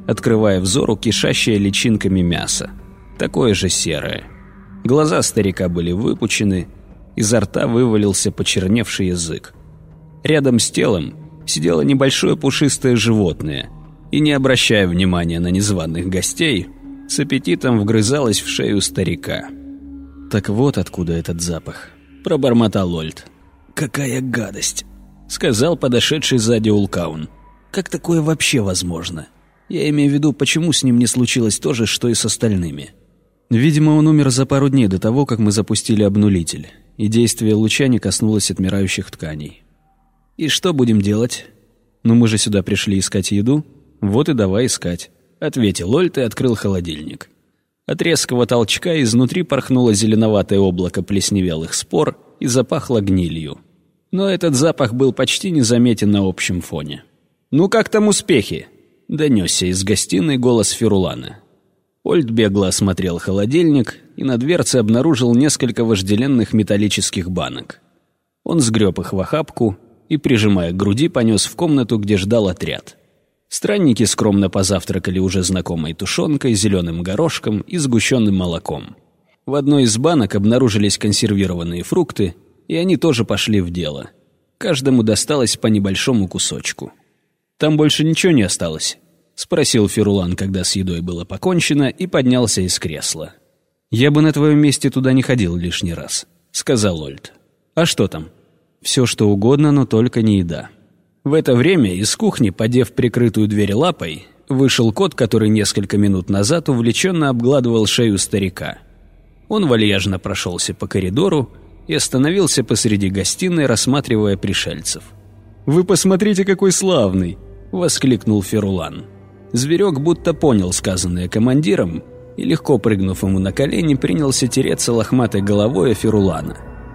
открывая взору кишащее личинками мясо, такое же серое. Глаза старика были выпучены, изо рта вывалился почерневший язык. Рядом с телом сидело небольшое пушистое животное и, не обращая внимания на незваных гостей, с аппетитом вгрызалось в шею старика. «Так вот откуда этот запах», — пробормотал Ольд. «Какая гадость», — сказал подошедший сзади Улкаун. «Как такое вообще возможно? Я имею в виду, почему с ним не случилось то же, что и с остальными?» «Видимо, он умер за пару дней до того, как мы запустили обнулитель, и действие луча не коснулось отмирающих тканей». «И что будем делать?» «Ну мы же сюда пришли искать еду. Вот и давай искать», — ответил Ольд и открыл холодильник. От резкого толчка изнутри порхнуло зеленоватое облако плесневелых спор и запахло гнилью. Но этот запах был почти незаметен на общем фоне. «Ну как там успехи?» — донесся из гостиной голос Ферулана. Ольд бегло осмотрел холодильник и на дверце обнаружил несколько вожделенных металлических банок. Он сгреб их в охапку и, прижимая к груди, понес в комнату, где ждал отряд. Странники скромно позавтракали уже знакомой тушенкой, зеленым горошком и сгущенным молоком. В одной из банок обнаружились консервированные фрукты, и они тоже пошли в дело. Каждому досталось по небольшому кусочку. «Там больше ничего не осталось?» — спросил Ферулан, когда с едой было покончено, и поднялся из кресла. «Я бы на твоем месте туда не ходил лишний раз», — сказал Ольд. «А что там?» «Все, что угодно, но только не еда». В это время из кухни, подев прикрытую дверь лапой, вышел кот, который несколько минут назад увлеченно обгладывал шею старика. Он вальяжно прошелся по коридору и остановился посреди гостиной, рассматривая пришельцев. «Вы посмотрите, какой славный!» — воскликнул Ферулан. Зверек будто понял сказанное командиром и, легко прыгнув ему на колени, принялся тереться лохматой головой о Ферулана.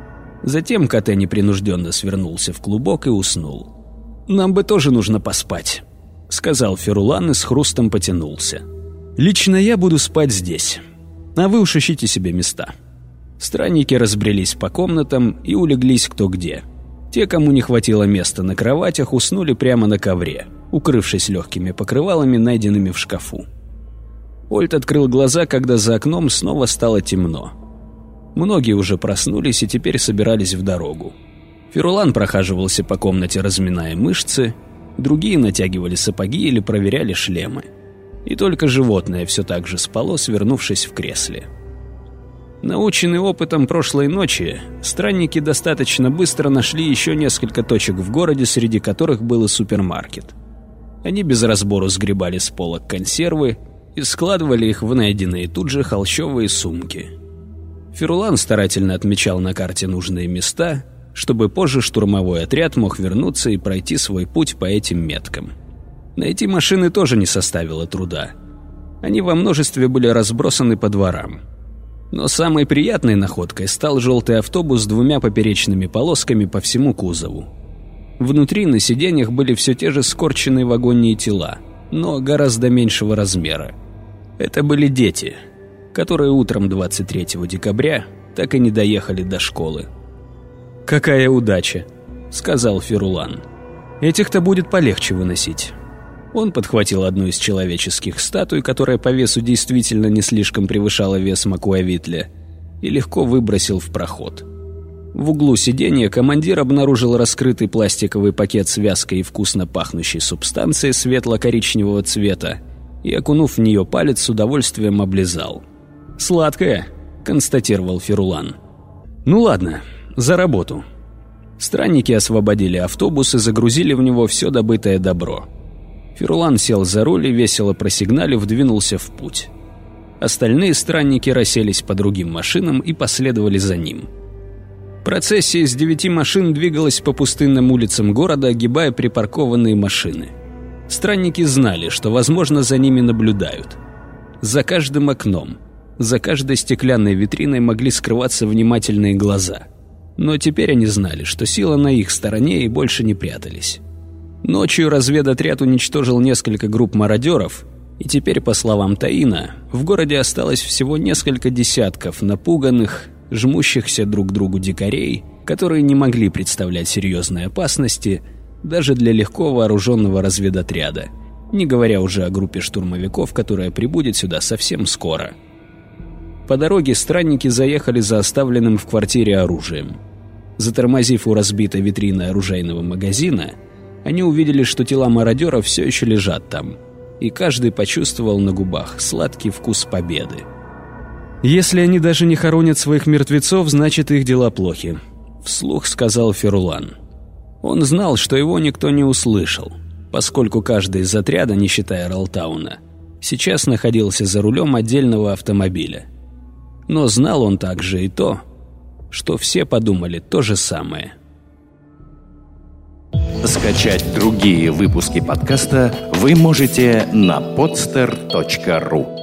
Затем Коте непринужденно свернулся в клубок и уснул. «Нам бы тоже нужно поспать», — сказал Ферулан и с хрустом потянулся. «Лично я буду спать здесь, а вы уж ищите себе места». Странники разбрелись по комнатам и улеглись кто где. Те, кому не хватило места на кроватях, уснули прямо на ковре, укрывшись легкими покрывалами, найденными в шкафу. Ольд открыл глаза, когда за окном снова стало темно. Многие уже проснулись и теперь собирались в дорогу. Ферулан прохаживался по комнате, разминая мышцы, другие натягивали сапоги или проверяли шлемы. И только животное все так же спало, свернувшись в кресле. Наученные опытом прошлой ночи, странники достаточно быстро нашли еще несколько точек в городе, среди которых был и супермаркет. Они без разбору сгребали с полок консервы и складывали их в найденные тут же холщовые сумки. Ферулан старательно отмечал на карте нужные места, чтобы позже штурмовой отряд мог вернуться и пройти свой путь по этим меткам. Найти машины тоже не составило труда. Они во множестве были разбросаны по дворам. Но самой приятной находкой стал желтый автобус с 2 поперечными полосками по всему кузову. Внутри на сиденьях были все те же скорченные в агонии тела, но гораздо меньшего размера. Это были дети, которые утром 23 декабря так и не доехали до школы. «Какая удача», — сказал Ферулан. «Этих-то будет полегче выносить». Он подхватил одну из человеческих статуй, которая по весу действительно не слишком превышала вес Макуавитля, и легко выбросил в проход. В углу сиденья командир обнаружил раскрытый пластиковый пакет с вязкой и вкусно пахнущей субстанцией светло-коричневого цвета и, окунув в нее палец, с удовольствием облизал. «Сладкое», — констатировал Ферулан. «Ну ладно, за работу». Странники освободили автобус и загрузили в него все добытое добро. Ферулан сел за руль и, весело просигналив, двинулся в путь. Остальные странники расселись по другим машинам и последовали за ним. Процессия из 9 машин двигалась по пустынным улицам города, огибая припаркованные машины. Странники знали, что, возможно, за ними наблюдают. За каждым окном, за каждой стеклянной витриной могли скрываться внимательные глаза. Но теперь они знали, что сила на их стороне, и больше не прятались. Ночью разведотряд уничтожил несколько групп мародеров, и теперь, по словам Таина, в городе осталось всего несколько десятков напуганных, жмущихся друг к другу дикарей, которые не могли представлять серьезной опасности даже для легко вооруженного разведотряда, не говоря уже о группе штурмовиков, которая прибудет сюда совсем скоро. По дороге странники заехали за оставленным в квартире оружием. Затормозив у разбитой витрины оружейного магазина, они увидели, что тела мародеров все еще лежат там, и каждый почувствовал на губах сладкий вкус победы. «Если они даже не хоронят своих мертвецов, значит, их дела плохи», — вслух сказал Ферулан. Он знал, что его никто не услышал, поскольку каждый из отряда, не считая Ралтауна, сейчас находился за рулем отдельного автомобиля. Но знал он также и то, что все подумали то же самое. Скачать другие выпуски подкаста вы можете на podster.ru.